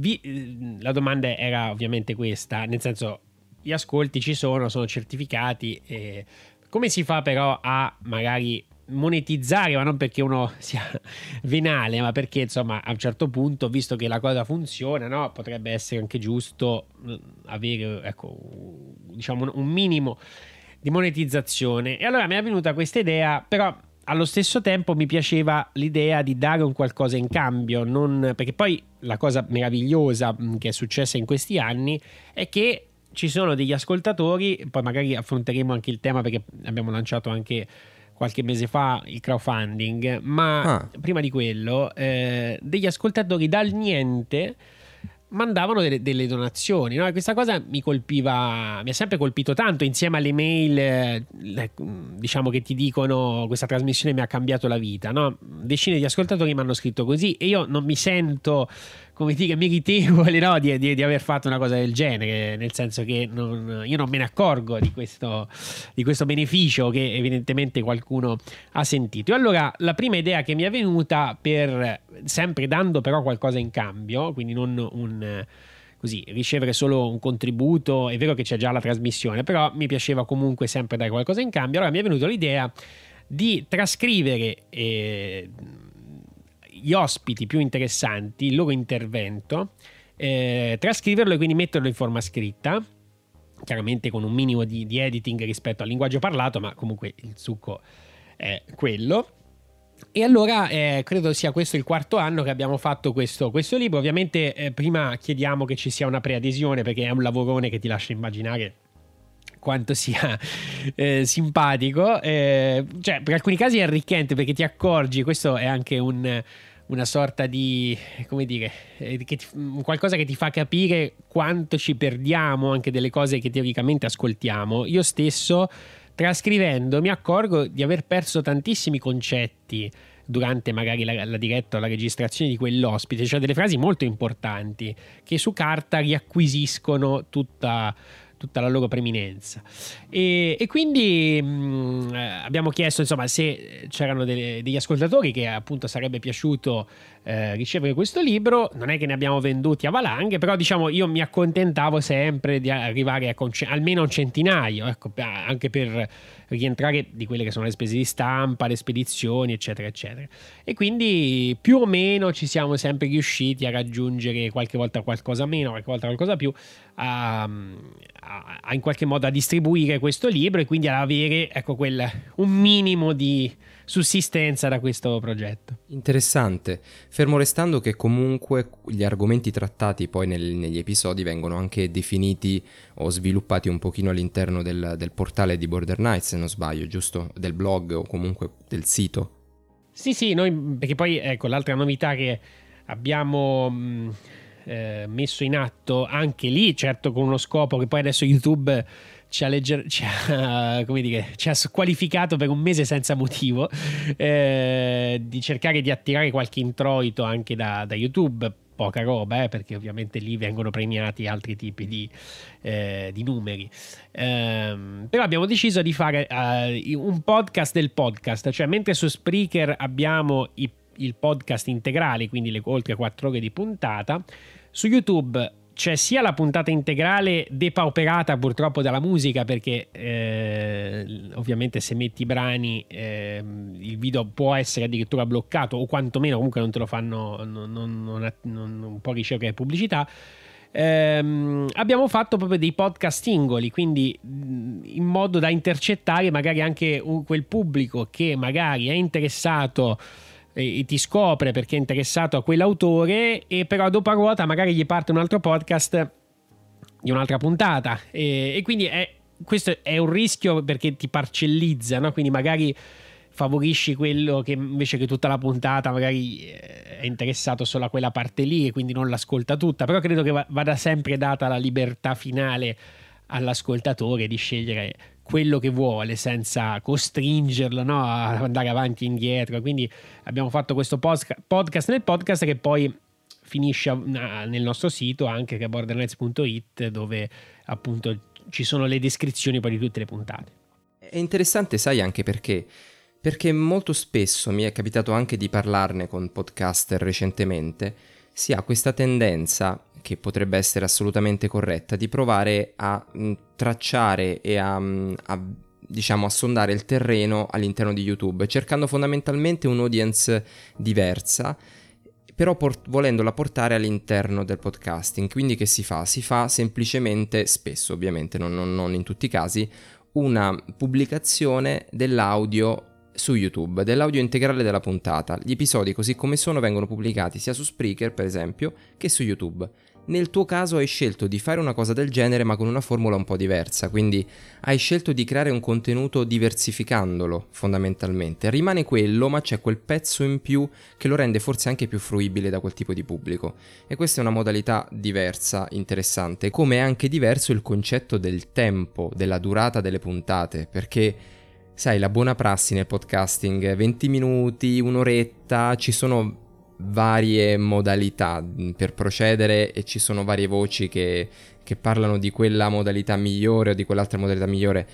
vi, la domanda era ovviamente questa, nel senso, gli ascolti ci sono, sono certificati, eh, come si fa però a magari monetizzare, ma non perché uno sia venale, ma perché insomma a un certo punto, visto che la cosa funziona, no, potrebbe essere anche giusto avere, ecco, diciamo un minimo di monetizzazione. E allora mi è venuta questa idea, però allo stesso tempo mi piaceva l'idea di dare un qualcosa in cambio, non, perché poi la cosa meravigliosa che è successa in questi anni è che ci sono degli ascoltatori, poi magari affronteremo anche il tema perché abbiamo lanciato anche qualche mese fa il crowdfunding, ma ah. prima di quello eh, degli ascoltatori dal niente mandavano delle, delle donazioni, no? E questa cosa mi colpiva, mi ha sempre colpito tanto, insieme alle mail eh, diciamo che ti dicono questa trasmissione mi ha cambiato la vita, no? Decine di ascoltatori mi hanno scritto così e io non mi sento, come dire, meritevole, no? di, di, di aver fatto una cosa del genere, nel senso che non, io non me ne accorgo di questo, di questo beneficio che evidentemente qualcuno ha sentito. E allora la prima idea che mi è venuta, per sempre dando però qualcosa in cambio, quindi non un così ricevere solo un contributo, è vero che c'è già la trasmissione, però mi piaceva comunque sempre dare qualcosa in cambio. Allora mi è venuta l'idea di trascrivere eh, gli ospiti più interessanti, il loro intervento, eh, trascriverlo e quindi metterlo in forma scritta chiaramente con un minimo di, di editing rispetto al linguaggio parlato, ma comunque il succo è quello. E allora eh, credo sia questo il quarto anno che abbiamo fatto questo, questo libro. Ovviamente eh, prima chiediamo che ci sia una preadesione, perché è un lavorone che ti lascia immaginare quanto sia eh, simpatico, eh, cioè per alcuni casi è arricchente, perché ti accorgi, questo è anche un, una sorta di, come dire, eh, che ti, qualcosa che ti fa capire quanto ci perdiamo anche delle cose che teoricamente ascoltiamo. Io stesso, trascrivendo, mi accorgo di aver perso tantissimi concetti durante magari la, la diretta o la registrazione di quell'ospite, cioè delle frasi molto importanti che su carta riacquisiscono tutta, tutta la loro preminenza. E, e quindi mh, abbiamo chiesto, insomma, se c'erano delle, degli ascoltatori che appunto sarebbe piaciuto eh, ricevere questo libro. Non è che ne abbiamo venduti a valanghe, però diciamo io mi accontentavo sempre di arrivare a conce- almeno un centinaio, ecco, anche per rientrare di quelle che sono le spese di stampa, le spedizioni, eccetera eccetera. E quindi più o meno ci siamo sempre riusciti a raggiungere, qualche volta qualcosa meno, qualche volta qualcosa più, a, a, a in qualche modo a distribuire questo libro, e quindi ad avere, ecco, quel un minimo di sussistenza da questo progetto. Interessante, fermo restando che comunque gli argomenti trattati poi nel, negli episodi vengono anche definiti o sviluppati un pochino all'interno del, del portale di Border Knights, se non sbaglio, giusto? Del blog o comunque del sito. Sì, sì, noi, perché poi ecco l'altra novità che abbiamo mh, eh, messo in atto anche lì, certo con uno scopo che poi adesso YouTube ci ha, legger- ci ha, come dire, ci ha squalificato per un mese senza motivo, eh, di cercare di attirare qualche introito anche da, da YouTube. Poca roba, eh, perché ovviamente lì vengono premiati altri tipi di, eh, di numeri. Ehm, però abbiamo deciso di fare uh, un podcast del podcast, cioè mentre su Spreaker abbiamo i, il podcast integrale, quindi le oltre quattro ore di puntata, su YouTube c'è sia la puntata integrale depauperata purtroppo dalla musica, perché eh, ovviamente se metti i brani eh, il video può essere addirittura bloccato, o quantomeno comunque non te lo fanno, non, non, non, non può ricevere pubblicità. Ehm, abbiamo fatto proprio dei podcast singoli, quindi in modo da intercettare magari anche un, quel pubblico che magari è interessato e ti scopre perché è interessato a quell'autore, e però dopo a ruota magari gli parte un altro podcast di un'altra puntata, e, e quindi è, questo è un rischio perché ti parcellizza, no? Quindi magari favorisci quello che invece che tutta la puntata magari è interessato solo a quella parte lì e quindi non l'ascolta tutta. Però credo che vada sempre data la libertà finale all'ascoltatore di scegliere quello che vuole senza costringerlo, no, a andare avanti e indietro. Quindi abbiamo fatto questo podcast nel podcast, che poi finisce nel nostro sito anche, che è border knights punto it, dove appunto ci sono le descrizioni poi di tutte le puntate. È interessante, sai, anche perché perché molto spesso mi è capitato anche di parlarne con podcaster recentemente, si ha questa tendenza, che potrebbe essere assolutamente corretta, di provare a mh, tracciare e a, mh, a diciamo a sondare il terreno all'interno di YouTube, cercando fondamentalmente un'audience diversa, però port- volendola portare all'interno del podcasting. Quindi che si fa? Si fa semplicemente, spesso ovviamente, non, non, non in tutti i casi, una pubblicazione dell'audio su YouTube, dell'audio integrale della puntata. Gli episodi così come sono vengono pubblicati sia su Spreaker, per esempio, che su YouTube. Nel tuo caso hai scelto di fare una cosa del genere, ma con una formula un po' diversa, quindi hai scelto di creare un contenuto diversificandolo fondamentalmente. Rimane quello, ma c'è quel pezzo in più che lo rende forse anche più fruibile da quel tipo di pubblico. E questa è una modalità diversa, interessante, come è anche diverso il concetto del tempo, della durata delle puntate, perché sai, la buona prassi nel podcasting, venti minuti, un'oretta, ci sono varie modalità per procedere e ci sono varie voci che, che parlano di quella modalità migliore o di quell'altra modalità migliore,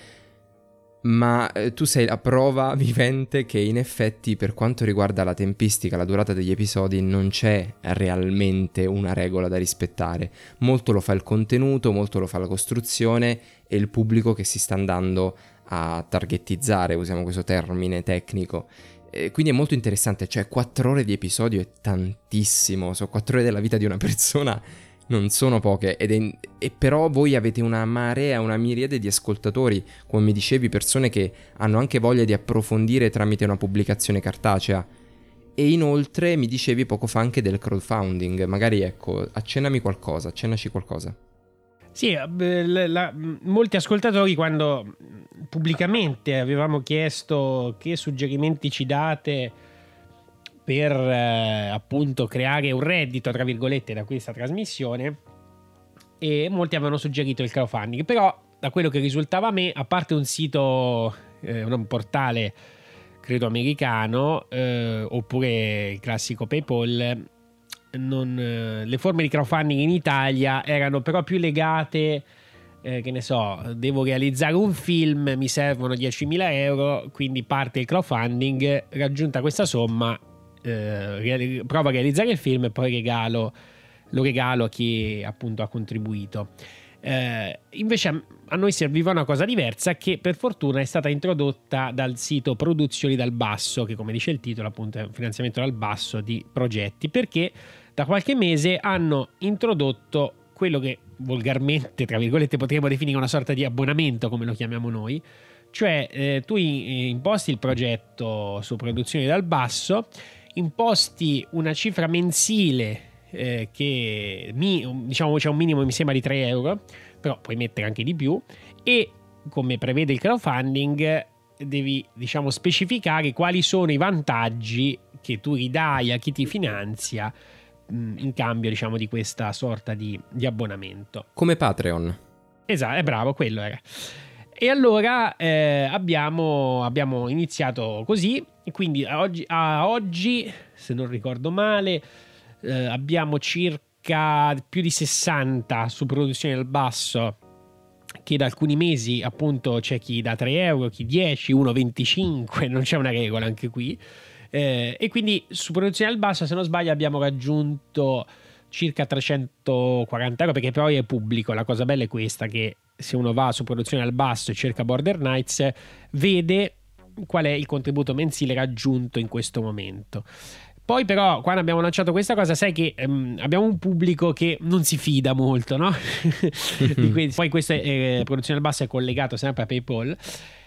ma eh, tu sei la prova vivente che in effetti, per quanto riguarda la tempistica, la durata degli episodi, non c'è realmente una regola da rispettare. Molto lo fa il contenuto, molto lo fa la costruzione e il pubblico che si sta andando a targetizzare, usiamo questo termine tecnico. E quindi è molto interessante, cioè quattro ore di episodio è tantissimo, sono quattro ore della vita di una persona, Non sono poche, ed è, e però voi avete una marea, una miriade di ascoltatori, come mi dicevi, persone che hanno anche voglia di approfondire tramite una pubblicazione cartacea. E inoltre mi dicevi poco fa anche del crowdfunding, magari ecco, accennami qualcosa, accennaci qualcosa. Sì, la, la, molti ascoltatori, quando pubblicamente avevamo chiesto che suggerimenti ci date per eh, appunto creare un reddito, tra virgolette, da questa trasmissione, e molti avevano suggerito il crowdfunding, però da quello che risultava a me, a parte un sito, eh, un portale credo americano, eh, oppure il classico PayPal, non, eh, le forme di crowdfunding in Italia erano però più legate, eh, che ne so, devo realizzare un film, mi servono diecimila euro, quindi parte il crowdfunding, raggiunta questa somma eh, reali- provo a realizzare il film e poi regalo, lo regalo a chi appunto ha contribuito. Eh, invece a, a noi serviva una cosa diversa, che per fortuna è stata introdotta dal sito Produzioni dal Basso, che come dice il titolo appunto è un finanziamento dal basso di progetti, perché da qualche mese hanno introdotto quello che volgarmente, tra virgolette, potremmo definire una sorta di abbonamento, come lo chiamiamo noi, cioè eh, tu imposti il progetto su Produzioni dal Basso, imposti una cifra mensile eh, che mi, diciamo c'è un minimo mi sembra di tre euro, però puoi mettere anche di più, e come prevede il crowdfunding devi diciamo specificare quali sono i vantaggi che tu ridai a chi ti finanzia in cambio diciamo di questa sorta di, di abbonamento, come Patreon. Esatto, è bravo, quello era. E allora eh, abbiamo, abbiamo iniziato così, e quindi a oggi, a oggi se non ricordo male eh, abbiamo circa più di sessanta su Produzioni dal Basso, che da alcuni mesi appunto c'è chi dà tre euro, chi dieci, uno venticinque, non c'è una regola anche qui. Eh, e quindi su Produzioni dal Basso, se non sbaglio, abbiamo raggiunto circa trecentoquaranta euro, perché poi è pubblico. La cosa bella è questa, che se uno va su Produzioni dal Basso e cerca Border Knights, vede qual è il contributo mensile raggiunto in questo momento. Poi però quando abbiamo lanciato questa cosa, sai che ehm, abbiamo un pubblico che non si fida molto, no? Di que- poi questo è, eh, Produzioni dal Basso è collegato sempre a PayPal,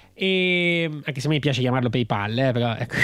e anche se a me piace chiamarlo PayPal, eh, però ecco.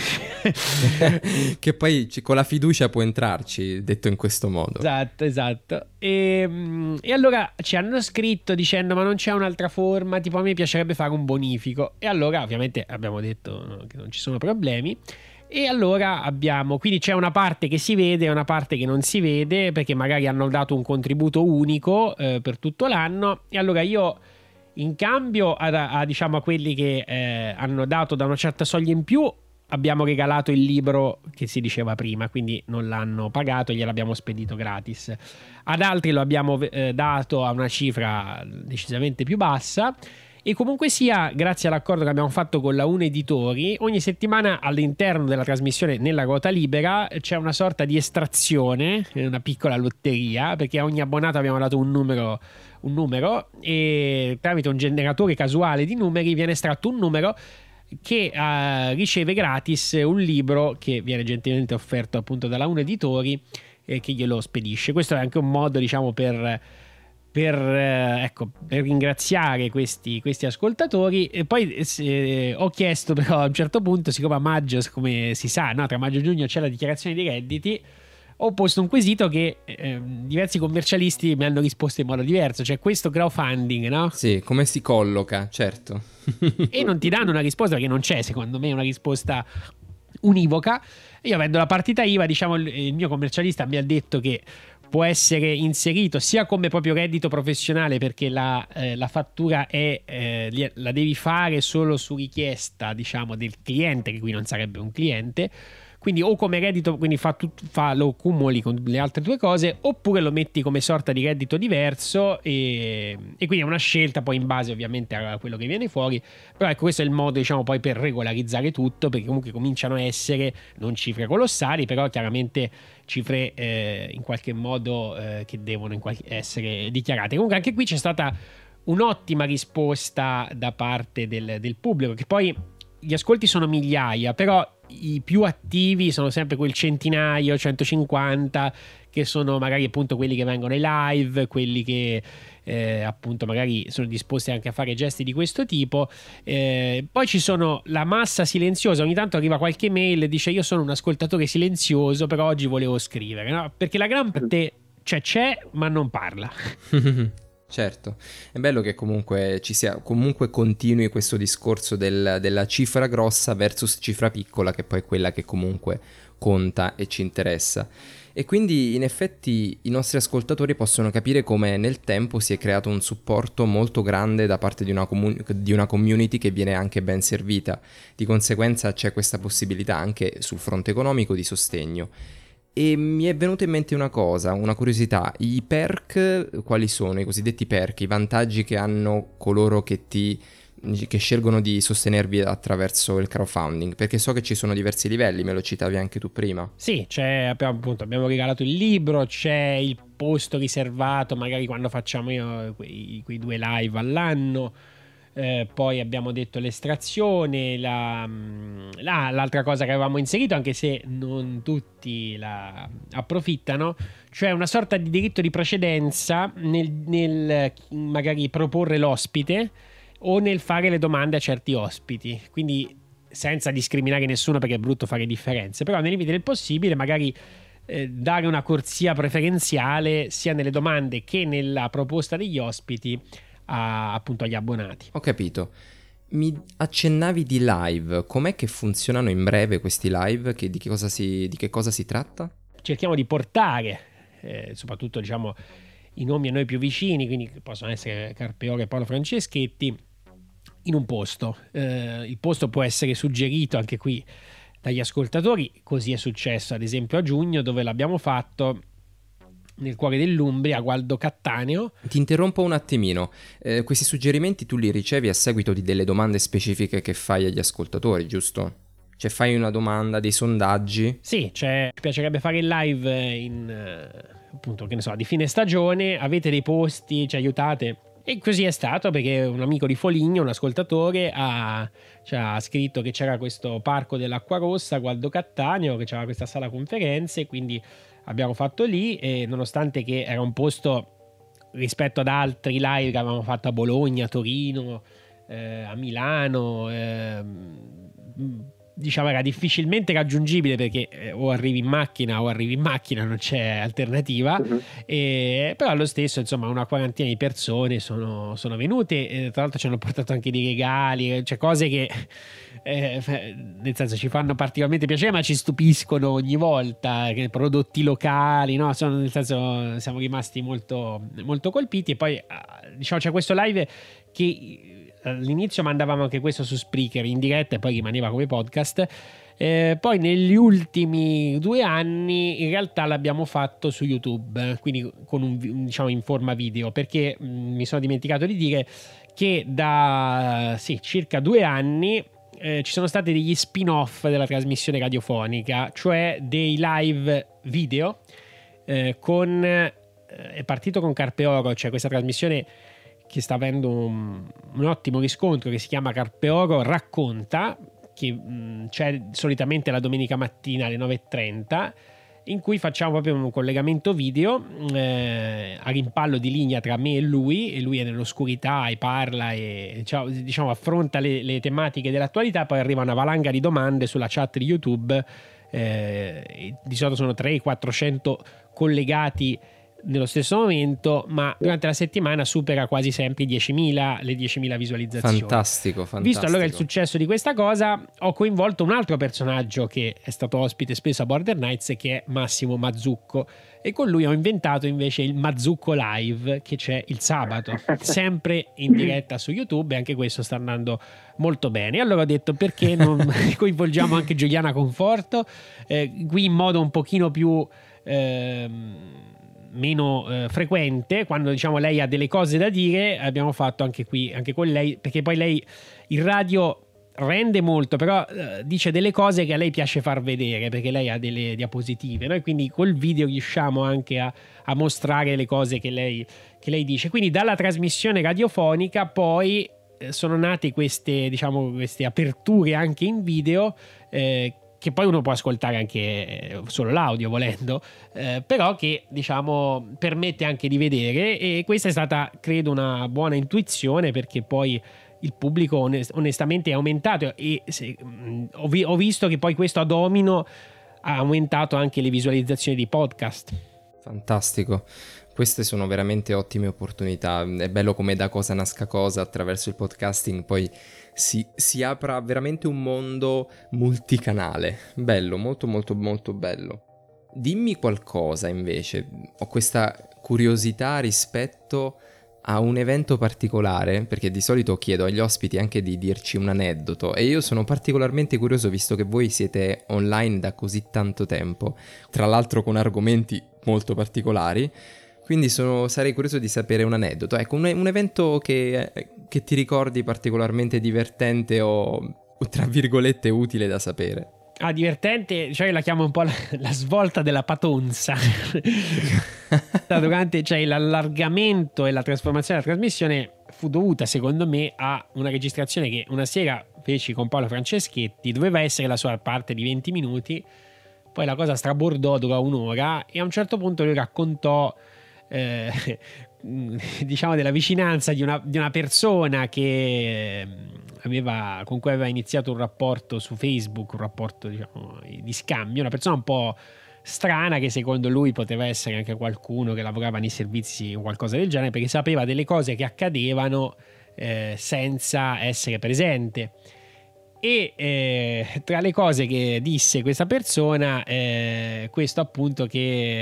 Che poi con la fiducia può entrarci, detto in questo modo. Esatto, esatto. E, e allora ci hanno scritto dicendo: ma non c'è un'altra forma? Tipo, a me piacerebbe fare un bonifico. E allora ovviamente abbiamo detto no, che non ci sono problemi. E allora abbiamo, quindi c'è una parte che si vede e una parte che non si vede, perché magari hanno dato un contributo unico eh, per tutto l'anno. E allora io, in cambio a, a, diciamo, a quelli che eh, hanno dato da una certa soglia in più, abbiamo regalato il libro che si diceva prima, quindi non l'hanno pagato, gliel'abbiamo spedito gratis. Ad altri lo abbiamo eh, dato a una cifra decisamente più bassa. E comunque sia, grazie all'accordo che abbiamo fatto con la Un Editori, ogni settimana all'interno della trasmissione Nella Ruota Libera c'è una sorta di estrazione, una piccola lotteria, perché a ogni abbonato abbiamo dato un numero, un numero e tramite un generatore casuale di numeri viene estratto un numero che uh, riceve gratis un libro che viene gentilmente offerto appunto dalla Un Editori e che glielo spedisce. Questo è anche un modo, diciamo, per... Per, eh, ecco, per ringraziare questi, questi ascoltatori. E poi eh, ho chiesto però a un certo punto, siccome a maggio, come si sa, no, tra maggio e giugno c'è la dichiarazione dei redditi, ho posto un quesito che eh, diversi commercialisti mi hanno risposto in modo diverso, cioè questo crowdfunding, no? Sì, come si colloca, certo. E non ti danno una risposta, perché non c'è secondo me una risposta univoca. Io, avendo la partita I V A, diciamo, il mio commercialista mi ha detto che può essere inserito sia come proprio reddito professionale, perché la, eh, la fattura è, eh, la devi fare solo su richiesta, diciamo, del cliente, che qui non sarebbe un cliente, quindi o come reddito, quindi fa tut, fa, lo cumuli con le altre due cose, oppure lo metti come sorta di reddito diverso, e, e quindi è una scelta poi in base ovviamente a quello che viene fuori. Però ecco, questo è il modo, diciamo, poi per regolarizzare tutto, perché comunque cominciano a essere non cifre colossali, però chiaramente cifre eh, in qualche modo eh, che devono in qualche, essere dichiarate. Comunque anche qui c'è stata un'ottima risposta da parte del, del pubblico, che poi gli ascolti sono migliaia, però i più attivi sono sempre quel centinaio, centocinquanta, che sono magari appunto quelli che vengono ai live, quelli che eh, appunto magari sono disposti anche a fare gesti di questo tipo. Eh, poi ci sono la massa silenziosa, ogni tanto arriva qualche mail e dice io sono un ascoltatore silenzioso però oggi volevo scrivere, no? Perché la gran parte cioè, c'è ma non parla. Certo, è bello che comunque ci sia, comunque continui questo discorso del, della cifra grossa versus cifra piccola, che poi è quella che comunque conta e ci interessa. E quindi in effetti i nostri ascoltatori possono capire come nel tempo si è creato un supporto molto grande da parte di una, comun- di una community che viene anche ben servita. Di conseguenza c'è questa possibilità anche sul fronte economico di sostegno. E mi è venuta in mente una cosa, una curiosità: i perk quali sono, i cosiddetti perk, i vantaggi che hanno coloro che ti che scelgono di sostenervi attraverso il crowdfunding? Perché so che ci sono diversi livelli, me lo citavi anche tu prima. Sì, c'è, abbiamo, appunto, abbiamo regalato il libro, c'è il posto riservato magari quando facciamo io quei, quei due live all'anno. Eh, poi abbiamo detto l'estrazione, la, la, l'altra cosa che avevamo inserito, anche se non tutti la approfittano, cioè una sorta di diritto di precedenza nel, nel magari proporre l'ospite o nel fare le domande a certi ospiti, quindi senza discriminare nessuno perché è brutto fare differenze, però nei limiti del possibile magari eh, dare una corsia preferenziale sia nelle domande che nella proposta degli ospiti a, appunto agli abbonati. Ho capito. Mi accennavi di live, com'è che funzionano in breve questi live? Che, di, che cosa si, di che cosa si tratta? Cerchiamo di portare eh, soprattutto diciamo i nomi a noi più vicini, quindi possono essere Carpeoro e Paolo Franceschetti, in un posto. Eh, il posto può essere suggerito anche qui dagli ascoltatori, così è successo ad esempio a giugno, dove l'abbiamo fatto nel cuore dell'Umbria, a Gualdo Cattaneo. Ti interrompo un attimino, eh, questi suggerimenti tu li ricevi a seguito di delle domande specifiche che fai agli ascoltatori, giusto? Cioè fai una domanda, dei sondaggi? Sì, cioè, mi piacerebbe fare il live in appunto, che ne so, di fine stagione, avete dei posti, ci aiutate? E così è stato, perché un amico di Foligno, un ascoltatore, ha, ci ha scritto che c'era questo parco dell'Acqua Rossa, Gualdo Cattaneo, che c'era questa sala conferenze, quindi abbiamo fatto lì, e nonostante che era un posto rispetto ad altri live che avevamo fatto a Bologna, a Torino, eh, a Milano, eh, diciamo era difficilmente raggiungibile perché eh, o arrivi in macchina o arrivi in macchina, non c'è alternativa. Uh-huh. E, però allo stesso insomma una quarantina di persone sono, sono venute, e tra l'altro ci hanno portato anche dei regali, cioè cose che eh, nel senso ci fanno particolarmente piacere ma ci stupiscono ogni volta, che prodotti locali, no? Sono, nel senso siamo rimasti molto, molto colpiti. E poi diciamo c'è questo live che all'inizio mandavamo anche questo su Spreaker in diretta e poi rimaneva come podcast, eh, poi negli ultimi due anni in realtà l'abbiamo fatto su YouTube, quindi con un, diciamo in forma video, perché mh, mi sono dimenticato di dire che da sì, circa due anni eh, ci sono stati degli spin-off della trasmissione radiofonica, cioè dei live video eh, con eh, è partito con Carpeoro, cioè questa trasmissione che sta avendo un, un ottimo riscontro, che si chiama Carpeoro Racconta, che mh, c'è solitamente la domenica mattina alle nove e trenta, in cui facciamo proprio un collegamento video eh, a rimpallo di linea tra me e lui, e lui è nell'oscurità e parla e diciamo, diciamo affronta le, le tematiche dell'attualità. Poi arriva una valanga di domande sulla chat di YouTube, eh, di solito sono trecento quattrocento collegati nello stesso momento, ma durante la settimana supera quasi sempre i diecimila, le diecimila visualizzazioni. Fantastico, fantastico. Visto allora il successo di questa cosa, ho coinvolto un altro personaggio che è stato ospite spesso a Border Nights, che è Massimo Mazzucco, e con lui ho inventato invece il Mazzucco Live, che c'è il sabato, sempre in diretta su YouTube, e anche questo sta andando molto bene. Allora ho detto, perché non coinvolgiamo anche Giuliana Conforto, eh, qui in modo un pochino più ehm, meno eh, frequente, quando diciamo lei ha delle cose da dire. Abbiamo fatto anche qui, anche con lei, perché poi lei il radio rende molto, però eh, dice delle cose che a lei piace far vedere, perché lei ha delle diapositive, no? E quindi col video riusciamo anche a, a mostrare le cose che lei, che lei dice. Quindi dalla trasmissione radiofonica poi eh, sono nate queste, diciamo, queste aperture anche in video, eh, che poi uno può ascoltare anche solo l'audio volendo, eh, però che diciamo permette anche di vedere, e questa è stata credo una buona intuizione, perché poi il pubblico onest- onestamente è aumentato, e se, mh, ho, vi- ho visto che poi questo a domino ha aumentato anche le visualizzazioni di podcast. Fantastico, queste sono veramente ottime opportunità. È bello come da cosa nasca cosa, attraverso il podcasting poi si, si apra veramente un mondo multicanale. Bello, molto molto molto bello. Dimmi qualcosa invece, ho questa curiosità rispetto a un evento particolare, perché di solito chiedo agli ospiti anche di dirci un aneddoto, e io sono particolarmente curioso visto che voi siete online da così tanto tempo, tra l'altro con argomenti molto particolari, quindi sono, sarei curioso di sapere un aneddoto. Ecco, un, un evento che, che ti ricordi particolarmente divertente o, o tra virgolette utile da sapere. Ah, divertente, cioè io la chiamo un po' la, la svolta della patonza. Durante, cioè l'allargamento e la trasformazione della trasmissione fu dovuta secondo me a una registrazione che una sera feci con Paolo Franceschetti. Doveva essere la sua parte di venti minuti, poi la cosa strabordò, durò un'ora, e a un certo punto lui raccontò eh, diciamo della vicinanza di una, di una persona che aveva, con cui aveva iniziato un rapporto su Facebook, un rapporto diciamo di scambio, una persona un po' strana, che secondo lui poteva essere anche qualcuno che lavorava nei servizi o qualcosa del genere, perché sapeva delle cose che accadevano eh, senza essere presente. E eh, tra le cose che disse questa persona, eh, questo appunto che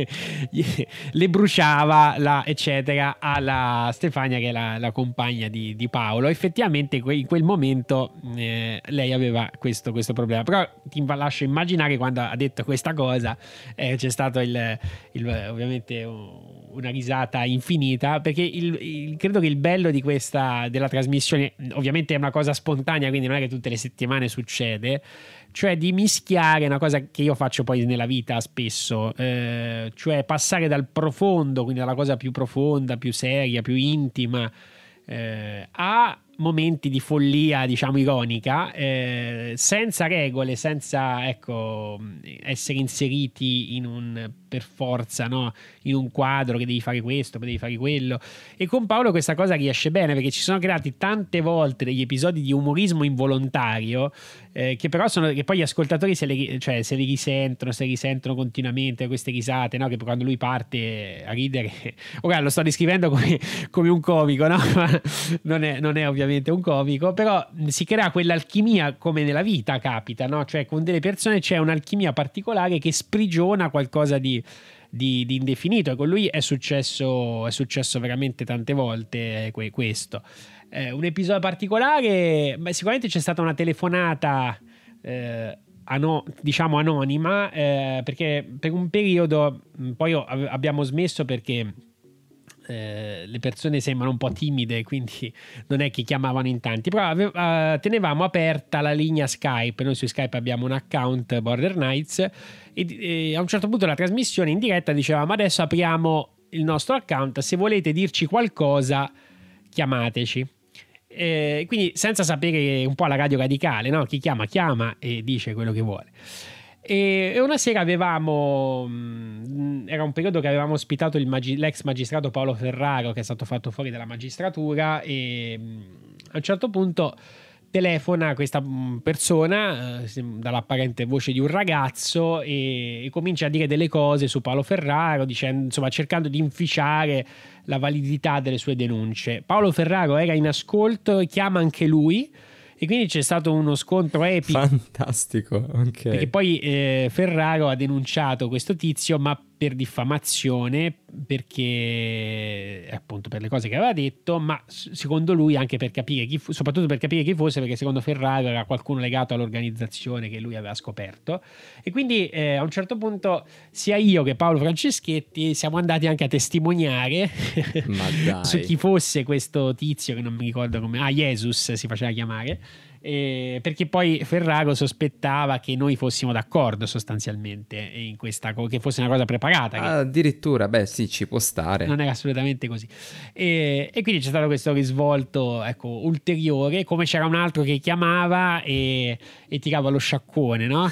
le bruciava la, eccetera alla Stefania, che è la, la compagna di, di Paolo. Effettivamente in quel momento eh, lei aveva questo, questo problema, però ti lascio immaginare quando ha detto questa cosa eh, c'è stato il, il, ovviamente una risata infinita, perché il, il, credo che il bello di questa della trasmissione, ovviamente è una cosa spontanea, quindi non è che tutte le settimane succede, cioè di mischiare una cosa che io faccio poi nella vita spesso, eh, cioè passare dal profondo, quindi dalla cosa più profonda, più seria, più intima, eh, a momenti di follia diciamo ironica, eh, senza regole, senza ecco essere inseriti in un per forza, no? In un quadro che devi fare questo, poi devi fare quello. E con Paolo questa cosa riesce bene, perché ci sono creati tante volte degli episodi di umorismo involontario eh, che però sono, che poi gli ascoltatori se li, cioè, se li risentono, se li risentono continuamente queste risate, no? Che quando lui parte a ridere, ora lo sto descrivendo come, come un comico, no? non, è, non è ovviamente un comico, però si crea quell'alchimia, come nella vita capita, no? Cioè con delle persone c'è un'alchimia particolare che sprigiona qualcosa di Di, di indefinito, e con lui è successo è successo veramente tante volte que- questo eh, un episodio particolare, beh, sicuramente c'è stata una telefonata eh, ano- diciamo anonima eh, perché per un periodo poi ave- abbiamo smesso perché Eh, le persone sembrano un po' timide, quindi non è che chiamavano in tanti, però ave- uh, tenevamo aperta la linea Skype. Noi su Skype abbiamo un account Border Nights e, e a un certo punto la trasmissione in diretta dicevamo: adesso apriamo il nostro account, se volete dirci qualcosa chiamateci. Eh, quindi senza sapere, un po' alla radio radicale, no? Chi chiama chiama e dice quello che vuole. E una sera avevamo era un periodo che avevamo ospitato il magi- l'ex magistrato Paolo Ferraro, che è stato fatto fuori dalla magistratura, e a un certo punto telefona questa persona eh, dall'apparente voce di un ragazzo e, e comincia a dire delle cose su Paolo Ferraro, dicendo, insomma, cercando di inficiare la validità delle sue denunce. Paolo Ferraro era in ascolto e chiama anche lui, e quindi c'è stato uno scontro epico. Fantastico, ok. Perché poi eh, Ferraro ha denunciato questo tizio, ma per diffamazione, perché appunto per le cose che aveva detto, ma secondo lui anche per capire chi fu, soprattutto per capire chi fosse, perché secondo Ferraro era qualcuno legato all'organizzazione che lui aveva scoperto. E quindi eh, a un certo punto sia io che Paolo Franceschetti siamo andati anche a testimoniare ma dai. su chi fosse questo tizio, che non mi ricordo come, ah Jesus si faceva chiamare, Eh, perché poi Ferrago sospettava che noi fossimo d'accordo sostanzialmente in questa co- che fosse una cosa preparata. Ah, addirittura, beh sì, ci può stare. Non era assolutamente così. E, e quindi c'è stato questo risvolto, ecco, ulteriore, come c'era un altro che chiamava e, e tirava lo sciaccone, no?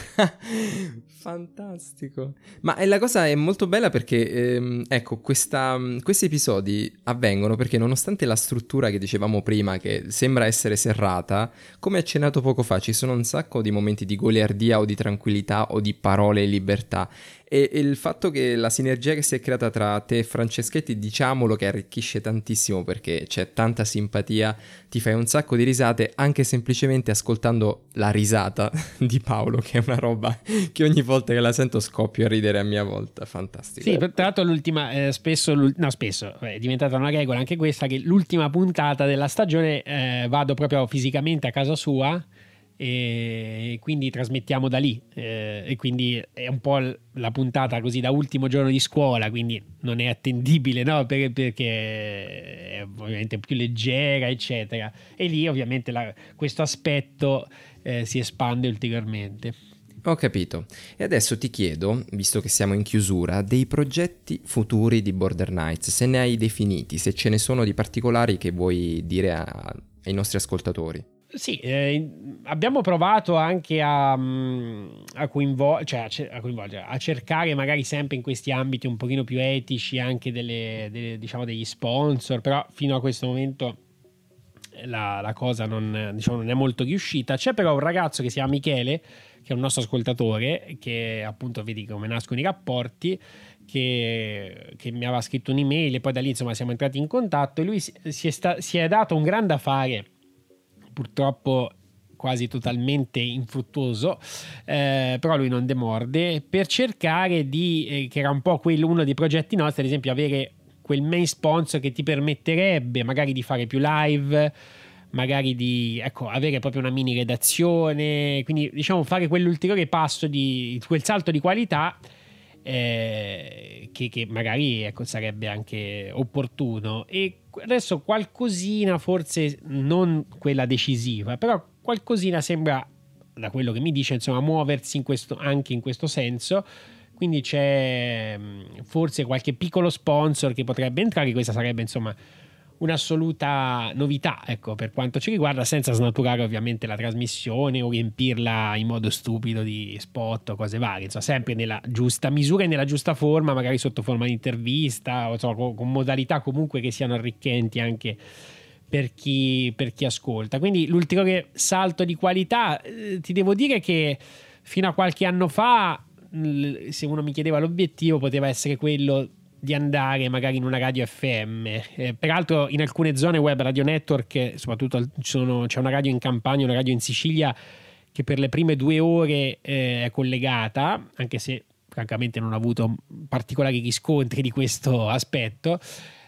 Fantastico. Ma e la cosa è molto bella perché, ehm, ecco, questa, questi episodi avvengono perché nonostante la struttura che dicevamo prima, che sembra essere serrata, come accennato poco fa, ci sono un sacco di momenti di goliardia o di tranquillità o di parole e libertà. E, e il fatto che la sinergia che si è creata tra te e Franceschetti, diciamolo, che arricchisce tantissimo perché c'è tanta simpatia, ti fai un sacco di risate anche semplicemente ascoltando la risata di Paolo, che è una roba che ogni volta che la sento scoppio a ridere a mia volta. Fantastico. Sì, tra l'altro l'ultima, eh, spesso, no spesso, è diventata una regola anche questa, che l'ultima puntata della stagione eh, vado proprio fisicamente a casa sua e quindi trasmettiamo da lì, eh, e quindi è un po' la puntata così da ultimo giorno di scuola, quindi non è attendibile, no? Per, perché è ovviamente più leggera, eccetera, e lì ovviamente la, questo aspetto eh, si espande ulteriormente. Ho capito. E adesso ti chiedo, visto che siamo in chiusura, dei progetti futuri di Border Knights, se ne hai definiti, se ce ne sono di particolari che vuoi dire a, ai nostri ascoltatori. Sì, eh, abbiamo provato anche a, a, coinvol- cioè a, ce- a coinvolgere, a cercare magari sempre in questi ambiti un pochino più etici anche delle, delle, diciamo degli sponsor, però fino a questo momento la, la cosa non, diciamo, non è molto riuscita. C'è però un ragazzo che si chiama Michele, che è un nostro ascoltatore, che appunto vedi come nascono i rapporti, che, che mi aveva scritto un'email e poi da lì insomma siamo entrati in contatto e lui si, si, è, sta- si è dato un grande affare, purtroppo quasi totalmente infruttuoso, eh, però lui non demorde, per cercare di, eh, che era un po' quello, uno dei progetti nostri, ad esempio avere quel main sponsor che ti permetterebbe magari di fare più live, magari di, ecco, avere proprio una mini redazione, quindi diciamo fare quell'ulteriore passo di quel salto di qualità eh, che, che magari ecco, sarebbe anche opportuno. E adesso qualcosina, forse non quella decisiva, però qualcosina sembra, da quello che mi dice, insomma, muoversi in questo, anche in questo senso. Quindi c'è forse qualche piccolo sponsor che potrebbe entrare. Questa sarebbe insomma un'assoluta novità, ecco, per quanto ci riguarda, senza snaturare ovviamente la trasmissione o riempirla in modo stupido di spot o cose varie, insomma, sempre nella giusta misura e nella giusta forma, magari sotto forma di intervista o insomma, con, con modalità comunque che siano arricchenti anche per chi, per chi ascolta. Quindi l'ulteriore salto di qualità, eh, ti devo dire che fino a qualche anno fa, se uno mi chiedeva l'obiettivo, poteva essere quello di andare magari in una radio F M, eh, peraltro in alcune zone web radio network, soprattutto ci sono, c'è una radio in Campania, una radio in Sicilia che per le prime due ore eh, è collegata, anche se francamente non ho avuto particolari riscontri di questo aspetto,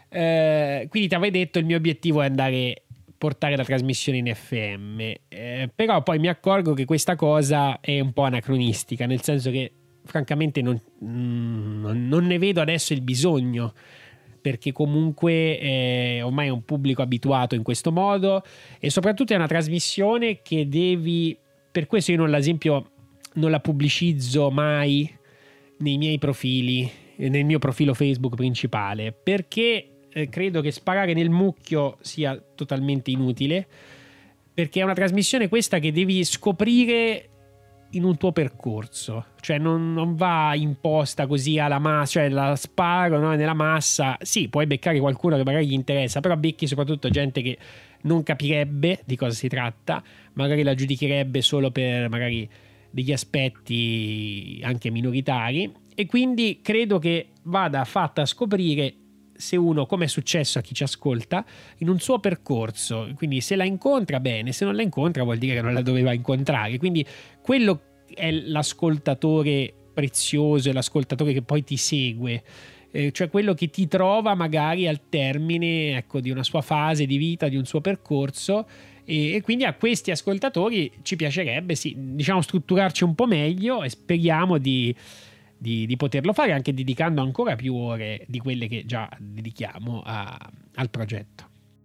eh, quindi ti avevo detto il mio obiettivo è andare portare la trasmissione in F M, eh, però poi mi accorgo che questa cosa è un po' anacronistica, nel senso che francamente non, non, non ne vedo adesso il bisogno, perché comunque eh, ormai è un pubblico abituato in questo modo e soprattutto è una trasmissione che devi, per questo io non l'esempio non la pubblicizzo mai nei miei profili, nel mio profilo Facebook principale, perché eh, credo che sparare nel mucchio sia totalmente inutile, perché è una trasmissione questa che devi scoprire in un tuo percorso, cioè non, non va imposta così alla massa, cioè la sparo, no, nella massa. Sì, puoi beccare qualcuno che magari gli interessa, però becchi soprattutto gente che non capirebbe di cosa si tratta, magari la giudicherebbe solo per magari degli aspetti anche minoritari, e quindi credo che vada fatta scoprire se uno, come è successo a chi ci ascolta, in un suo percorso, quindi se la incontra bene, se non la incontra vuol dire che non la doveva incontrare, quindi quello è l'ascoltatore prezioso, è l'ascoltatore che poi ti segue, eh, cioè quello che ti trova magari al termine, ecco, di una sua fase di vita, di un suo percorso, e, e quindi a questi ascoltatori ci piacerebbe, sì, diciamo, strutturarci un po' meglio, e speriamo di Di, di poterlo fare anche dedicando ancora più ore di quelle che già dedichiamo a, al progetto.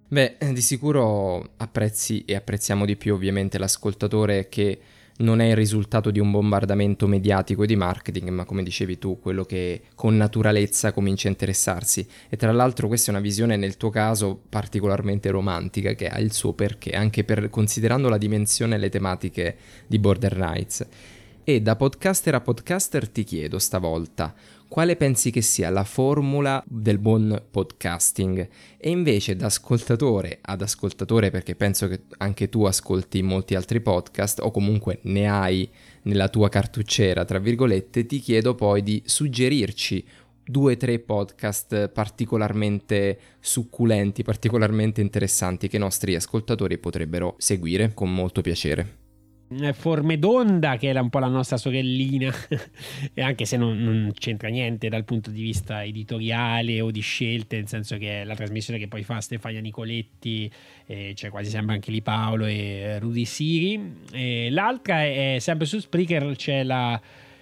Beh, di sicuro apprezzi e apprezziamo di più ovviamente l'ascoltatore che non è il risultato di un bombardamento mediatico e di marketing, ma come dicevi tu, quello che con naturalezza comincia a interessarsi. E tra l'altro questa è una visione nel tuo caso particolarmente romantica, che ha il suo perché, anche per considerando la dimensione e le tematiche di Border Knights. E da podcaster a podcaster ti chiedo stavolta, quale pensi che sia la formula del buon podcasting? E invece da ascoltatore ad ascoltatore, perché penso che anche tu ascolti molti altri podcast o comunque ne hai nella tua cartucciera, tra virgolette, ti chiedo poi di suggerirci due o tre podcast particolarmente succulenti, particolarmente interessanti che i nostri ascoltatori potrebbero seguire con molto piacere. Forme d'onda, che era un po' la nostra sorellina e anche se non, non c'entra niente dal punto di vista editoriale o di scelte, nel senso che è la trasmissione che poi fa Stefania Nicoletti, eh, c'è quasi sempre anche lì Paolo e Rudy Siri. E l'altra è sempre su Spreaker, c'è la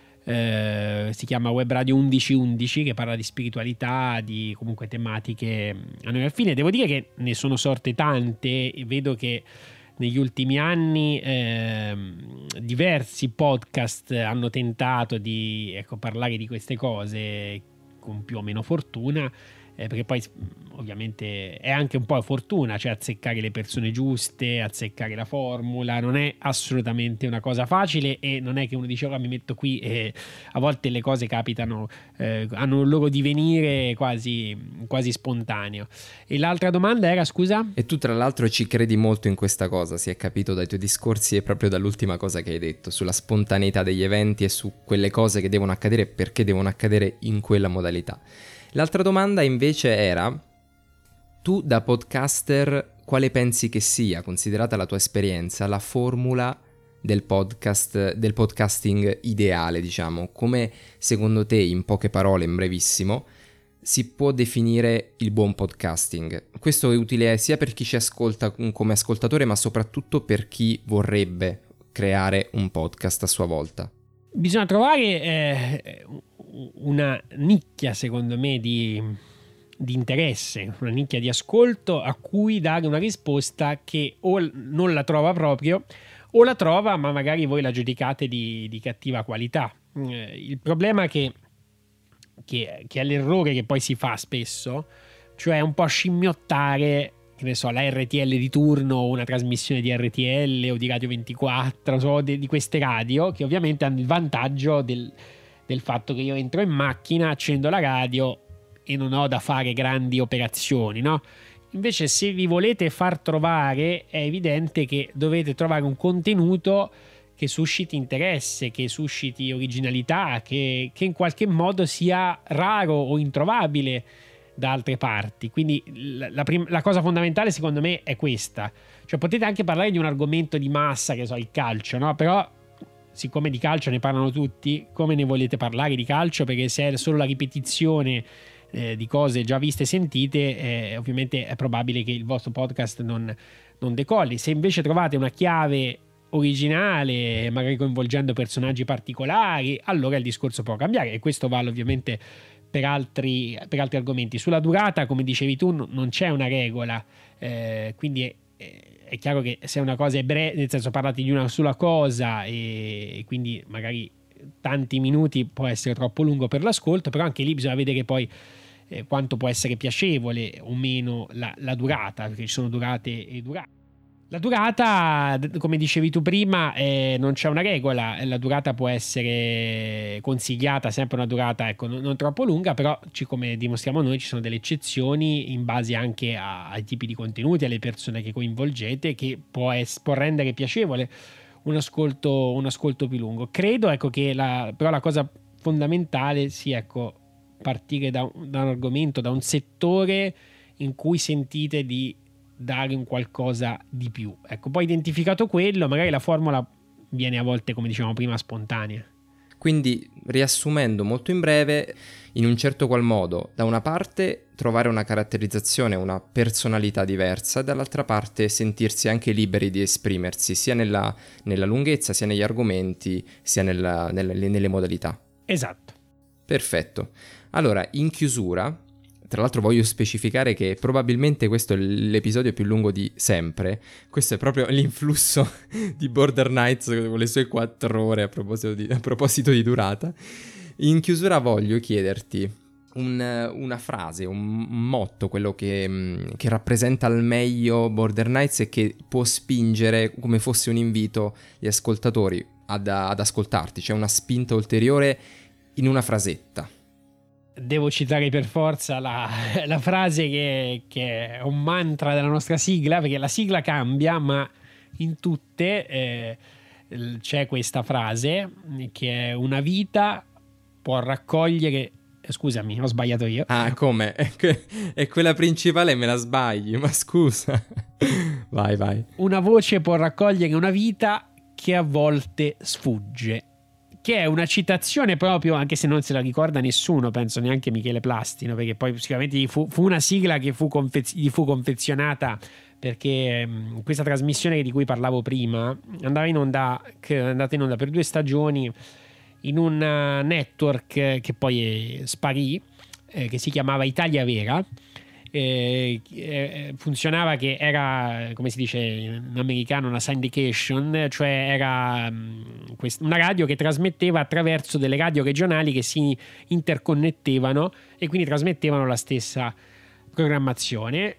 eh, si chiama Web Radio undici undici, che parla di spiritualità, di comunque tematiche a noi al fine. Devo dire che ne sono sorte tante e vedo che negli ultimi anni eh, diversi podcast hanno tentato di ecco, parlare di queste cose con più o meno fortuna, eh, perché poi ovviamente è anche un po' fortuna, cioè azzeccare le persone giuste, azzeccare la formula, non è assolutamente una cosa facile e non è che uno dice ora mi metto qui e a volte le cose capitano, eh, hanno un loro divenire quasi, quasi spontaneo. E l'altra domanda era, scusa? E tu tra l'altro ci credi molto in questa cosa, si è capito dai tuoi discorsi e proprio dall'ultima cosa che hai detto, sulla spontaneità degli eventi e su quelle cose che devono accadere perché devono accadere in quella modalità. L'altra domanda invece era, tu da podcaster quale pensi che sia, considerata la tua esperienza, la formula del podcast, del podcasting ideale, diciamo? Come secondo te, in poche parole, in brevissimo, si può definire il buon podcasting? Questo è utile sia per chi ci ascolta come ascoltatore, ma soprattutto per chi vorrebbe creare un podcast a sua volta. Bisogna trovare eh, una nicchia, secondo me, di, di interesse, una nicchia di ascolto a cui dare una risposta che o non la trova proprio o la trova ma magari voi la giudicate di, di cattiva qualità. Eh, il problema è che, che, che è l'errore che poi si fa spesso, cioè un po' scimmiottare, che ne so, la R T L di turno o una trasmissione di R T L o di Radio ventiquattro, so, di, di queste radio che ovviamente hanno il vantaggio del, del fatto che io entro in macchina, accendo la radio e non ho da fare grandi operazioni, no? Invece se vi volete far trovare è evidente che dovete trovare un contenuto che susciti interesse, che susciti originalità, che, che in qualche modo sia raro o introvabile da altre parti. Quindi la, la, prim- la cosa fondamentale secondo me è questa, cioè potete anche parlare di un argomento di massa, che so, il calcio, no? Però siccome di calcio ne parlano tutti, come ne volete parlare di calcio? Perché se è solo la ripetizione eh, di cose già viste e sentite, eh, ovviamente è probabile che il vostro podcast non, non decolli. Se invece trovate una chiave originale, magari coinvolgendo personaggi particolari, allora il discorso può cambiare, e questo vale ovviamente per altri, per altri argomenti. Sulla durata, come dicevi tu, n- non c'è una regola, eh, quindi è, è chiaro che se una cosa è breve, nel senso parlate di una sola cosa e, e quindi magari tanti minuti può essere troppo lungo per l'ascolto, però anche lì bisogna vedere poi eh, quanto può essere piacevole o meno la, la durata, perché ci sono durate e durate. La durata, come dicevi tu prima, eh, non c'è una regola, la durata può essere consigliata, sempre una durata ecco, non, non troppo lunga, però ci, come dimostriamo noi ci sono delle eccezioni in base anche a, ai tipi di contenuti, alle persone che coinvolgete, che può, es- può rendere piacevole un ascolto, un ascolto più lungo. Credo ecco, che la, però la cosa fondamentale sia ecco, partire da, da un argomento, da un settore in cui sentite di dare un qualcosa di più. Ecco, poi identificato quello, magari la formula viene a volte, come dicevamo prima, spontanea. Quindi, riassumendo molto in breve, in un certo qual modo, da una parte trovare una caratterizzazione, una personalità diversa, e dall'altra parte sentirsi anche liberi di esprimersi, sia nella, nella lunghezza, sia negli argomenti, sia nella, nelle, nelle modalità. Esatto. Perfetto. Allora, in chiusura, tra l'altro voglio specificare che probabilmente questo è l'episodio più lungo di sempre. Questo è proprio l'influsso di Border Knights con le sue quattro ore a proposito di, a proposito di durata. In chiusura voglio chiederti un, una frase, un motto, quello che, che rappresenta al meglio Border Knights e che può spingere, come fosse un invito, gli ascoltatori ad, ad ascoltarti. C'è una spinta ulteriore in una frasetta. Devo citare per forza la, la frase che, che è un mantra della nostra sigla, perché la sigla cambia, ma in tutte eh, c'è questa frase che è: una vita può raccogliere... Scusami, ho sbagliato io. Ah, come? È, que- è quella principale e me la sbagli, ma scusa. Vai, vai. Una voce può raccogliere una vita che a volte sfugge. Che è una citazione proprio, anche se non se la ricorda nessuno, penso neanche Michele Plastino, perché poi sicuramente fu, fu una sigla che fu confez- gli fu confezionata, perché mh, questa trasmissione di cui parlavo prima andava in onda, che è andata in onda per due stagioni in un uh, network che poi sparì, eh, che si chiamava Italia Vera. Eh, eh, funzionava che era, come si dice in americano, una syndication, cioè era um, quest- una radio che trasmetteva attraverso delle radio regionali che si interconnettevano e quindi trasmettevano la stessa programmazione,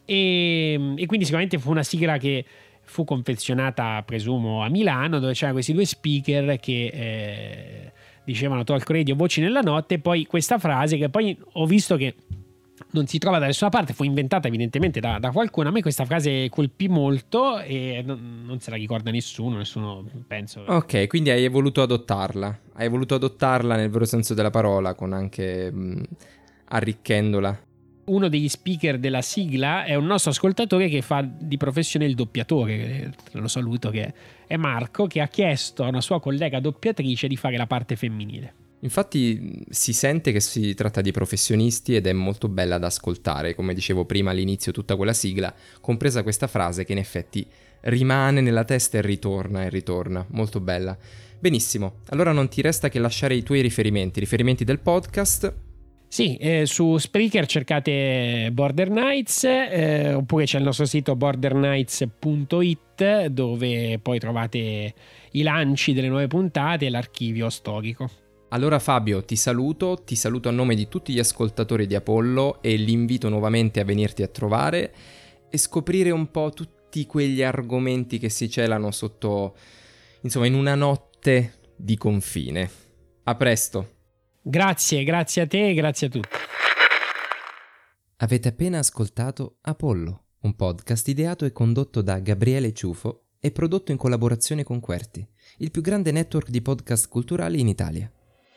e, e quindi sicuramente fu una sigla che fu confezionata, presumo, a Milano, dove c'erano questi due speaker che eh, dicevano talk radio, voci nella notte, e poi questa frase che poi ho visto che non si trova da nessuna parte, fu inventata evidentemente da, da qualcuno. A me questa frase colpì molto e non, non se la ricorda nessuno, nessuno penso. Ok, quindi hai voluto adottarla, hai voluto adottarla nel vero senso della parola, con anche mh, arricchendola. Uno degli speaker della sigla è un nostro ascoltatore che fa di professione il doppiatore, lo saluto, che è Marco, che ha chiesto a una sua collega doppiatrice di fare la parte femminile. Infatti si sente che si tratta di professionisti ed è molto bella da ascoltare, come dicevo prima all'inizio, tutta quella sigla, compresa questa frase che in effetti rimane nella testa e ritorna e ritorna, molto bella. Benissimo, allora non ti resta che lasciare i tuoi riferimenti, riferimenti del podcast. Sì, eh, su Spreaker cercate Border Knights, eh, oppure c'è il nostro sito border knights punto it, dove poi trovate i lanci delle nuove puntate e l'archivio storico. Allora Fabio, ti saluto, ti saluto a nome di tutti gli ascoltatori di Apollo e li invito nuovamente a venirti a trovare e scoprire un po' tutti quegli argomenti che si celano sotto, insomma, in una notte di confine. A presto! Grazie, grazie a te e grazie a tutti. Avete appena ascoltato Apollo, un podcast ideato e condotto da Gabriele Ciufo e prodotto in collaborazione con Querti, il più grande network di podcast culturali in Italia.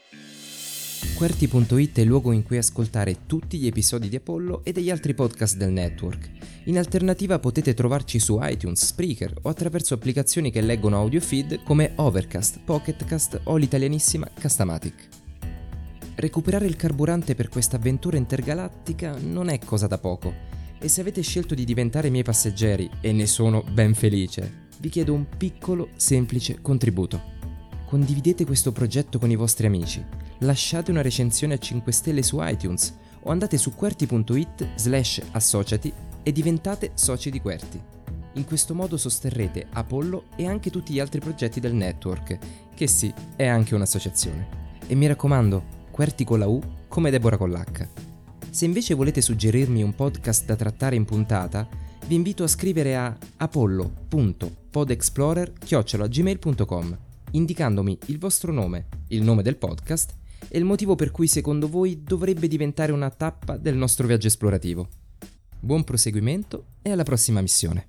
Querti punto it è il luogo in cui ascoltare tutti gli episodi di Apollo e degli altri podcast del network. In alternativa potete trovarci su iTunes, Spreaker o attraverso applicazioni che leggono audio feed come Overcast, Pocketcast o l'italianissima Castamatic. Recuperare il carburante per questa avventura intergalattica non è cosa da poco, e se avete scelto di diventare miei passeggeri, e ne sono ben felice, vi chiedo un piccolo, semplice contributo. Condividete questo progetto con i vostri amici, lasciate una recensione a cinque stelle su iTunes o andate su querti punto it slash associati e diventate soci di Querti. In questo modo sosterrete Apollo e anche tutti gli altri progetti del network, che sì, è anche un'associazione. E mi raccomando, Querti con la U come Deborah con l'H. Se invece volete suggerirmi un podcast da trattare in puntata, vi invito a scrivere a apollo punto podexplorer chiocciola gmail punto com, indicandomi il vostro nome, il nome del podcast e il motivo per cui secondo voi dovrebbe diventare una tappa del nostro viaggio esplorativo. Buon proseguimento e alla prossima missione.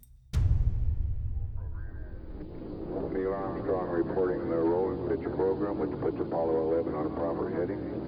Neil Armstrong reporting the roll and pitch program, which puts Apollo eleven on a proper heading.